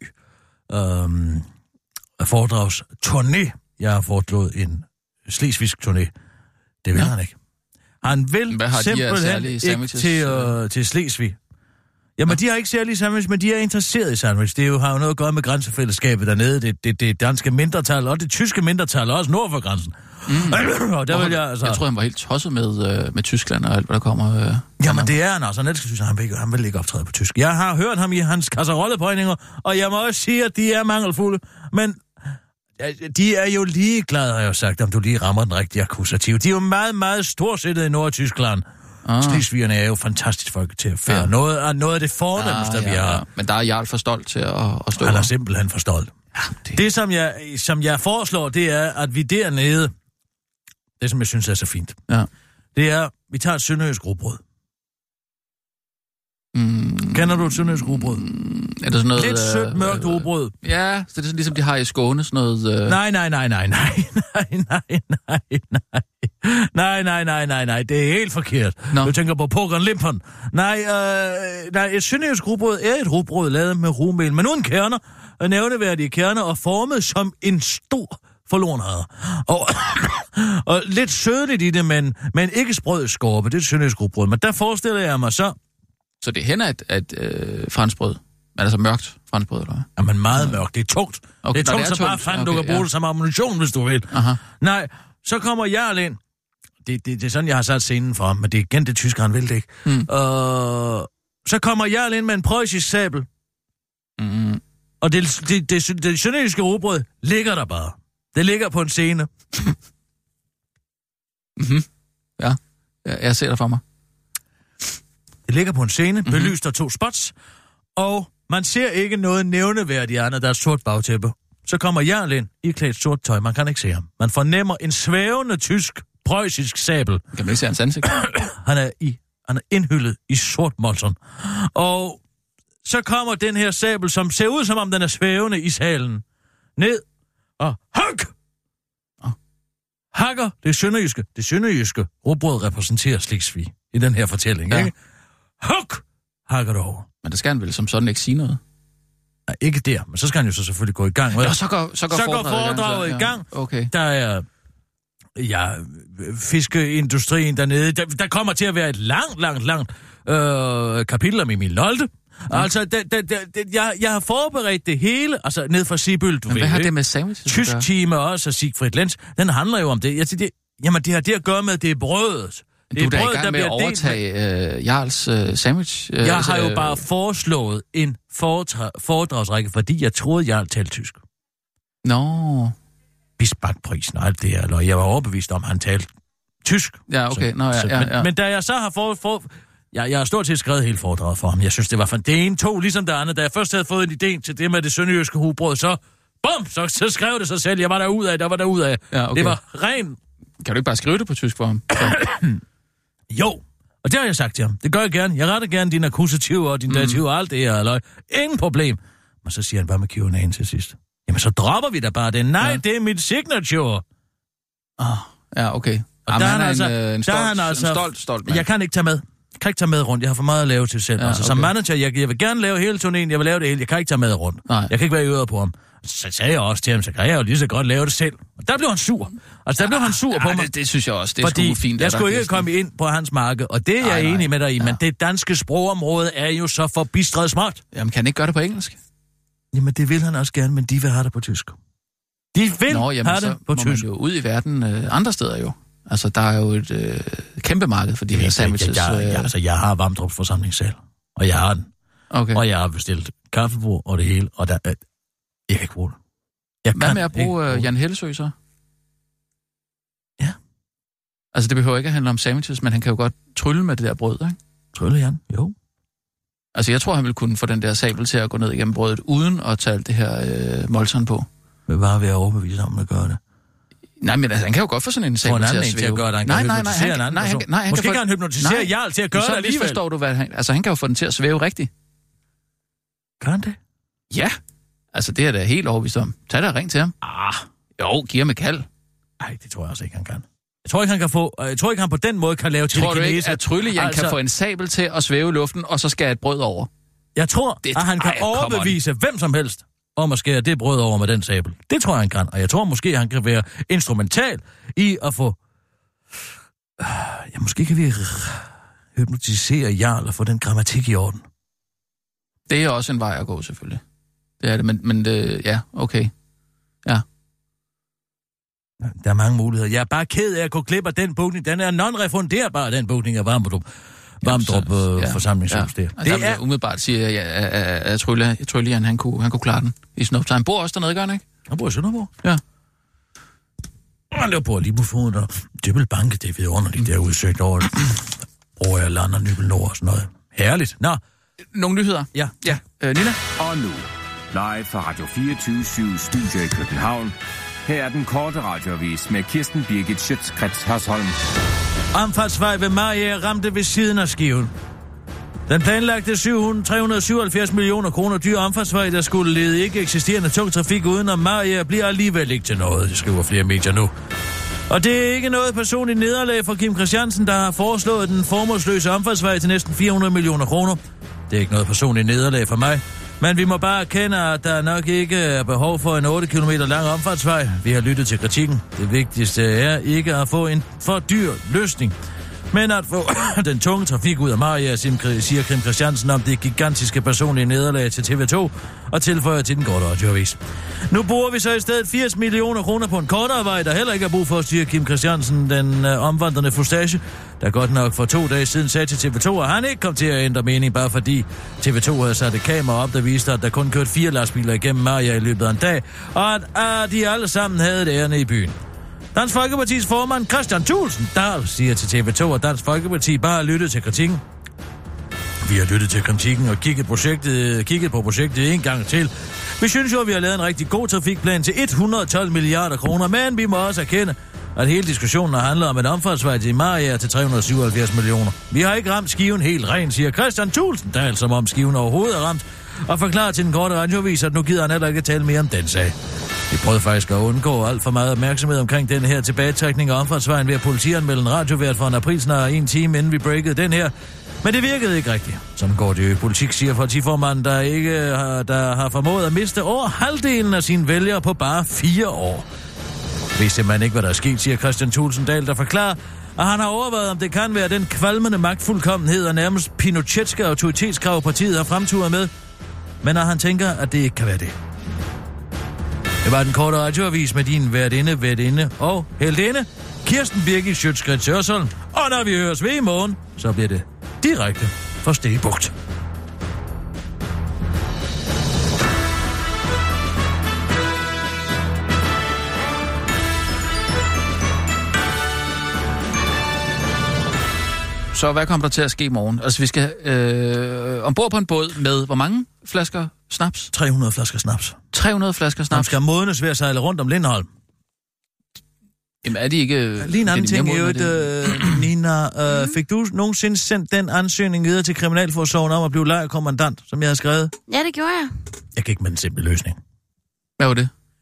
foredragsturné. Jeg har foreslået en slesvigsk turné. Det vil han ikke. Han vil simpelthen ikke til Slesvig. Jamen, de har ikke særlig sandwich, men de er interesseret i sandwich. Det har jo noget at gøre med grænsefællesskabet dernede. Det danske mindretal og det tyske mindretal, også nord for grænsen. Og der vil jeg tror, han var helt tosset med Tyskland og alt, hvad der kommer. Jamen, det er han også. Han elsker Tyskland. Han vil ikke optræde på tysk. Jeg har hørt ham i hans kasserollepøjninger, og jeg må også sige, at de er mangelfulde. Men de er jo ligeglade, har jeg jo sagt, om du lige rammer den rigtige akkusativ. De er jo meget, meget storsættet i Nord-Tyskland. Slesvigerne er jo fantastisk folk til at fære. Ja. Noget af det fornemmeste, vi har. Men der er Jarl for stolt til at stå. Han er simpelthen for stolt. Ja, det som jeg foreslår, det er, at vi dernede, det som jeg synes er så fint, det er, vi tager et sønderjysk rugbrød. Kender du et sønderjysk rugbrød? Er det sådan noget... Lidt sødt, mørkt rugbrød. Ja, så det er sådan, ligesom de har i Skåne, sådan noget... Nej. Nej, det er helt forkert. Du tænker på pokeren Limpern. Nej, et sønderjysk rugbrød er et rugbrød lavet med rugmel, men uden kerner, nævneværdige kerner, og formet som en stor forlorenhed. Og lidt sødligt i det, men ikke sprød skorpe. Det er et sønderjysk rugbrød. Men der forestiller jeg mig så... Så det hænder et franskbrød? Er det så mørkt franskbrød, eller hvad? Jamen meget mørkt. Det er tungt. Okay, det er tungt, så bare fanden, du kan bruge det som ammunition, hvis du vil. Aha. Nej, så kommer Jarl ind. Det er sådan, jeg har sat scenen for ham, men det er igen det tyske, han vil det ikke. Så kommer Jarl ind med en preussisk sabel. Og det sønderjyske rugbrød ligger der bare. Det ligger på en scene. Ja, jeg ser det for mig. Det ligger på en scene, belyst af 2 spots, og man ser ikke noget nævneværdigt andet, der er et sort bagtæppe. Så kommer Jarl ind i klædt sort tøj, man kan ikke se ham. Man fornemmer en svævende tysk-preussisk sabel. Kan man ikke se hans ansigt? Han er indhyllet i sort molson. Og så kommer den her sabel, som ser ud som om den er svævende i salen, ned og hakker det sønderjyske. Det sønderjyske rugbrød repræsenterer Slesvig i den her fortælling, ikke? Hakker det over. Men der skal han vel som sådan ikke sige noget? Nej, ikke der, men så skal han jo så selvfølgelig gå i gang. Ja, så går foredraget i gang. Okay. Der er fiskeindustrien dernede. Der kommer til at være et langt kapitel om Emil Nolte. Ja. Altså, jeg har forberedt det hele, altså ned fra Sibyl, du ved. Hvad har det med sandwiches? Tysk time også, og Siegfried Lenz, den handler jo om det. Jamen, det har det at gøre med, det er brødet. Du er da i gang med at overtage Jarls sandwich? Jeg har jo bare foreslået en foredragsrække, fordi jeg troede, Jarl talte tysk. Nå. Bisbach-prisen og alt det her, eller jeg var overbevist om, han talte tysk. Ja, okay. Men da jeg så har jeg har stort set skrevet hele foredraget for ham. Jeg synes, det var det ene tog, ligesom det andet. Da jeg først havde fået en idé til det med det sønderjyske rugbrød, så så skrev det sig selv. Jeg var derudad. Ja, okay. Det var ren... Kan du ikke bare skrive det på tysk for ham? Jo, og det har jeg sagt til ham. Det gør jeg gerne. Jeg retter gerne dine akkusativer og dine dativer og alt det her. Ingen problem. Men så siger han bare med Q&A'en til sidst. Jamen, Jamen, så dropper vi da bare det. Nej, det er mit signature. Ja, okay. Og der er en stolt mand. Jeg kan ikke tage med. Jeg kan ikke tage med rundt. Jeg har for meget at lave til selv. Ja, okay. Som manager, jeg vil gerne lave hele turnéen. Jeg vil lave det hele. Jeg kan ikke tage med rundt. Nej. Jeg kan ikke være i øret på ham. Så sagde jeg også til ham, så kan jeg jo lige så godt lave det selv. Og der blev han sur. Altså, der blev han sur på mig. Det synes jeg også. Det er fordi sgu fint. Jeg skulle ikke komme ind på hans marked, og det er jeg enig med dig i. Men det danske sprogområde er jo så forbistret smart. Jamen, kan han ikke gøre det på engelsk? Jamen, det vil han også gerne, men de vil have det på tysk. De vil have det på tysk. Jo ud i verden andre steder jo. Altså, der er jo et kæmpe marked for de her sandwiches. Jeg har Vamdrups forsamlingssal, og jeg har den. Okay. Og jeg har bestilt kaffebord og det hele, og der jeg kan ikke bruge det. Hvad med at bruge Jan Hellesøe så? Ja. Altså, det behøver ikke at handle om sandwiches, men han kan jo godt trylle med det der brød, ikke? Trylle, Jan? Jo. Altså, jeg tror, han ville kunne få den der sabel til at gå ned igennem brødet, uden at tage det her Molson på. Men bare ved at overbevise ham at gøre det. Nej, men altså, han kan jo godt få sådan en sabel til at svæve. Til at gøre det. Han kan hypnotisere en anden person. Måske kan han hypnotisere Jarl til at gøre det alligevel. Så forstår du, hvad han... Altså, han kan jo få den til at svæve rigtigt. Kan han det? Ja. Altså, det er da helt overbevist om. Tag da og ring til ham. Jo, giv ham et kald. Nej, det tror jeg også ikke, han kan. Jeg tror ikke, han kan få... Jeg tror ikke, han på den måde kan lave telekinese. Tror du ikke, at Tryllejan kan få en sabel til at svæve i luften, og så skære et brød over? Jeg tror, at han kan overbevise hvem som helst om at skære det brød over med den sabel. Det tror jeg, han kan. Og jeg tror måske, han kan være instrumental i at få... Ja, måske kan vi hypnotisere Jarl og få den grammatik i orden. Det er også en vej at gå, selvfølgelig. Det er det, men det... Ja, okay. Ja. Der er mange muligheder. Jeg er bare ked af at gå glip af den booking. Den er non-refunderbar, den booking af Vamdrup forsamlingshus der. Det er umiddelbart siger jeg, at Tryllejan, han kunne klare den i Snuptag. Han bor også dernede, gør han ikke? Han bor i Sønderborg. Ja. Han løber på lige på foden, og Dybbelbanke, det er vidunderligt, det er udsøgt over det. Over jeg lander Nybel Nord og sådan noget. Herligt. Nå. Nogle nyheder? Ja. Nina? Og nu, live fra Radio 24/7 Studio i København. Her er den korte radioavis med Kirsten Birgit Schøtz-Krets Hørsholm. Omfartsvej ved Mariager ramte ved siden af skiven. Den planlagte 377 millioner kroner dyre omfartsvej, der skulle lede ikke eksisterende tung trafik udenom Mariager, bliver alligevel ikke til noget, det skriver flere medier nu. Og det er ikke noget personligt nederlag for Kim Christiansen, der har foreslået den formålsløse omfartsvej til næsten 400 millioner kroner. Det er ikke noget personligt nederlag for mig. Men vi må bare erkende, at der nok ikke er behov for en 8 km lang omfartsvej. Vi har lyttet til kritikken. Det vigtigste er ikke at få en for dyr løsning, men at få den tunge trafik ud af Mariager, siger Kim Christiansen om det gigantiske personlige nederlag til TV2 og tilføjer til den korte radioavis. Nu bruger vi så i stedet 80 millioner kroner på en kortere vej, der heller ikke er brug for, siger Kim Christiansen, den omvandrende fustage, der godt nok for 2 dage siden sagde til TV2, at han ikke kom til at ændre mening, bare fordi TV2 havde sat et kamera op, der viste, at der kun kørte 4 lastbiler igennem Mariager i løbet af en dag, og at de alle sammen havde det ærende i byen. Dansk Folkepartis formand Christian Thulesen Dahl siger til TV2, at Dansk Folkeparti bare har lyttet til kritikken. Vi har lyttet til kritikken og kigget på projektet en gang til. Vi synes jo, at vi har lavet en rigtig god trafikplan til 112 milliarder kroner, men vi må også erkende, at hele diskussionen har handlet om en omfartsvej til Mariager til 377 millioner. Vi har ikke ramt skiven helt ren, siger Christian Thulesen Dahl, som om skiven overhovedet er ramt, og forklarer til den korte radioavis, at nu gider han heller ikke tale mere om den sag. Vi prøvede faktisk at undgå alt for meget opmærksomhed omkring den her tilbagetrækning af omfartsvejen ved at politianmelde en radiovært for en april snart 1 time, inden vi breakede den her. Men det virkede ikke rigtigt. Som går det i politik, siger partiformanden, der har formået at miste over halvdelen af sine vælgere på bare 4 år. Vidste man ikke, hvad der er sket, siger Christian Thulesen Dahl, der forklarer, at han har overvejet, om det kan være den kvalmende magtfuldkommenhed og nærmest pinochetske autoritetskrav, partiet har fremturet med. Men at han tænker, at det ikke kan være det. Det var den korte radioavis med din værtinde og heldinde, Kirsten Birgit Schøtz-Krets Hørsholm. Og når vi høres ved i morgen, så bliver det direkte fra Stege Bugt. Så hvad kommer der til at ske i morgen? Altså, vi skal ombord på en båd med hvor mange flasker snaps? 300 flasker snaps. 300 flasker snaps? De skal modnes ved at sejle rundt om Lindholm. Jamen, er de ikke... Lige en anden ting er jo, Nina, fik du nogensinde sendt den ansøgning videre til Kriminalforsorgen om at blive lejrkommandant, som jeg havde skrevet? Ja, det gjorde jeg. Jeg gik med den simple løsning. Hvad var det?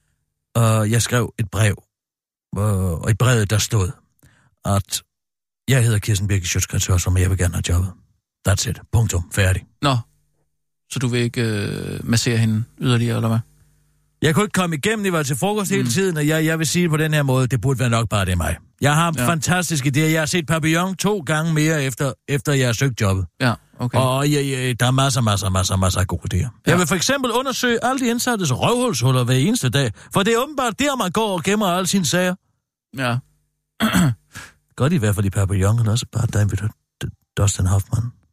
Jeg skrev et brev, og i brevet der stod, at jeg hedder Kirsten Birgit Schøtz-Krets Hørsholm, og jeg vil gerne have jobbet. That's it. Punktum. Færdig. Nå, så du vil ikke massere hende yderligere, eller hvad? Jeg kunne ikke komme igennem, det var til frokost hele tiden, og jeg vil sige det på den her måde, det burde være nok bare det mig. Jeg har fantastiske idéer. Jeg har set Papillon 2 gange mere, efter jeg har søgt jobbet. Ja, okay. Og der er masser af gode idéer. Ja. Jeg vil for eksempel undersøge alle de indsattes røvhulshuller hver eneste dag, for det er åbenbart der, man går og gemmer alle sine sager. Ja. Godt i hvert fald i Papillon, eller også bare David Dustin Hoffman.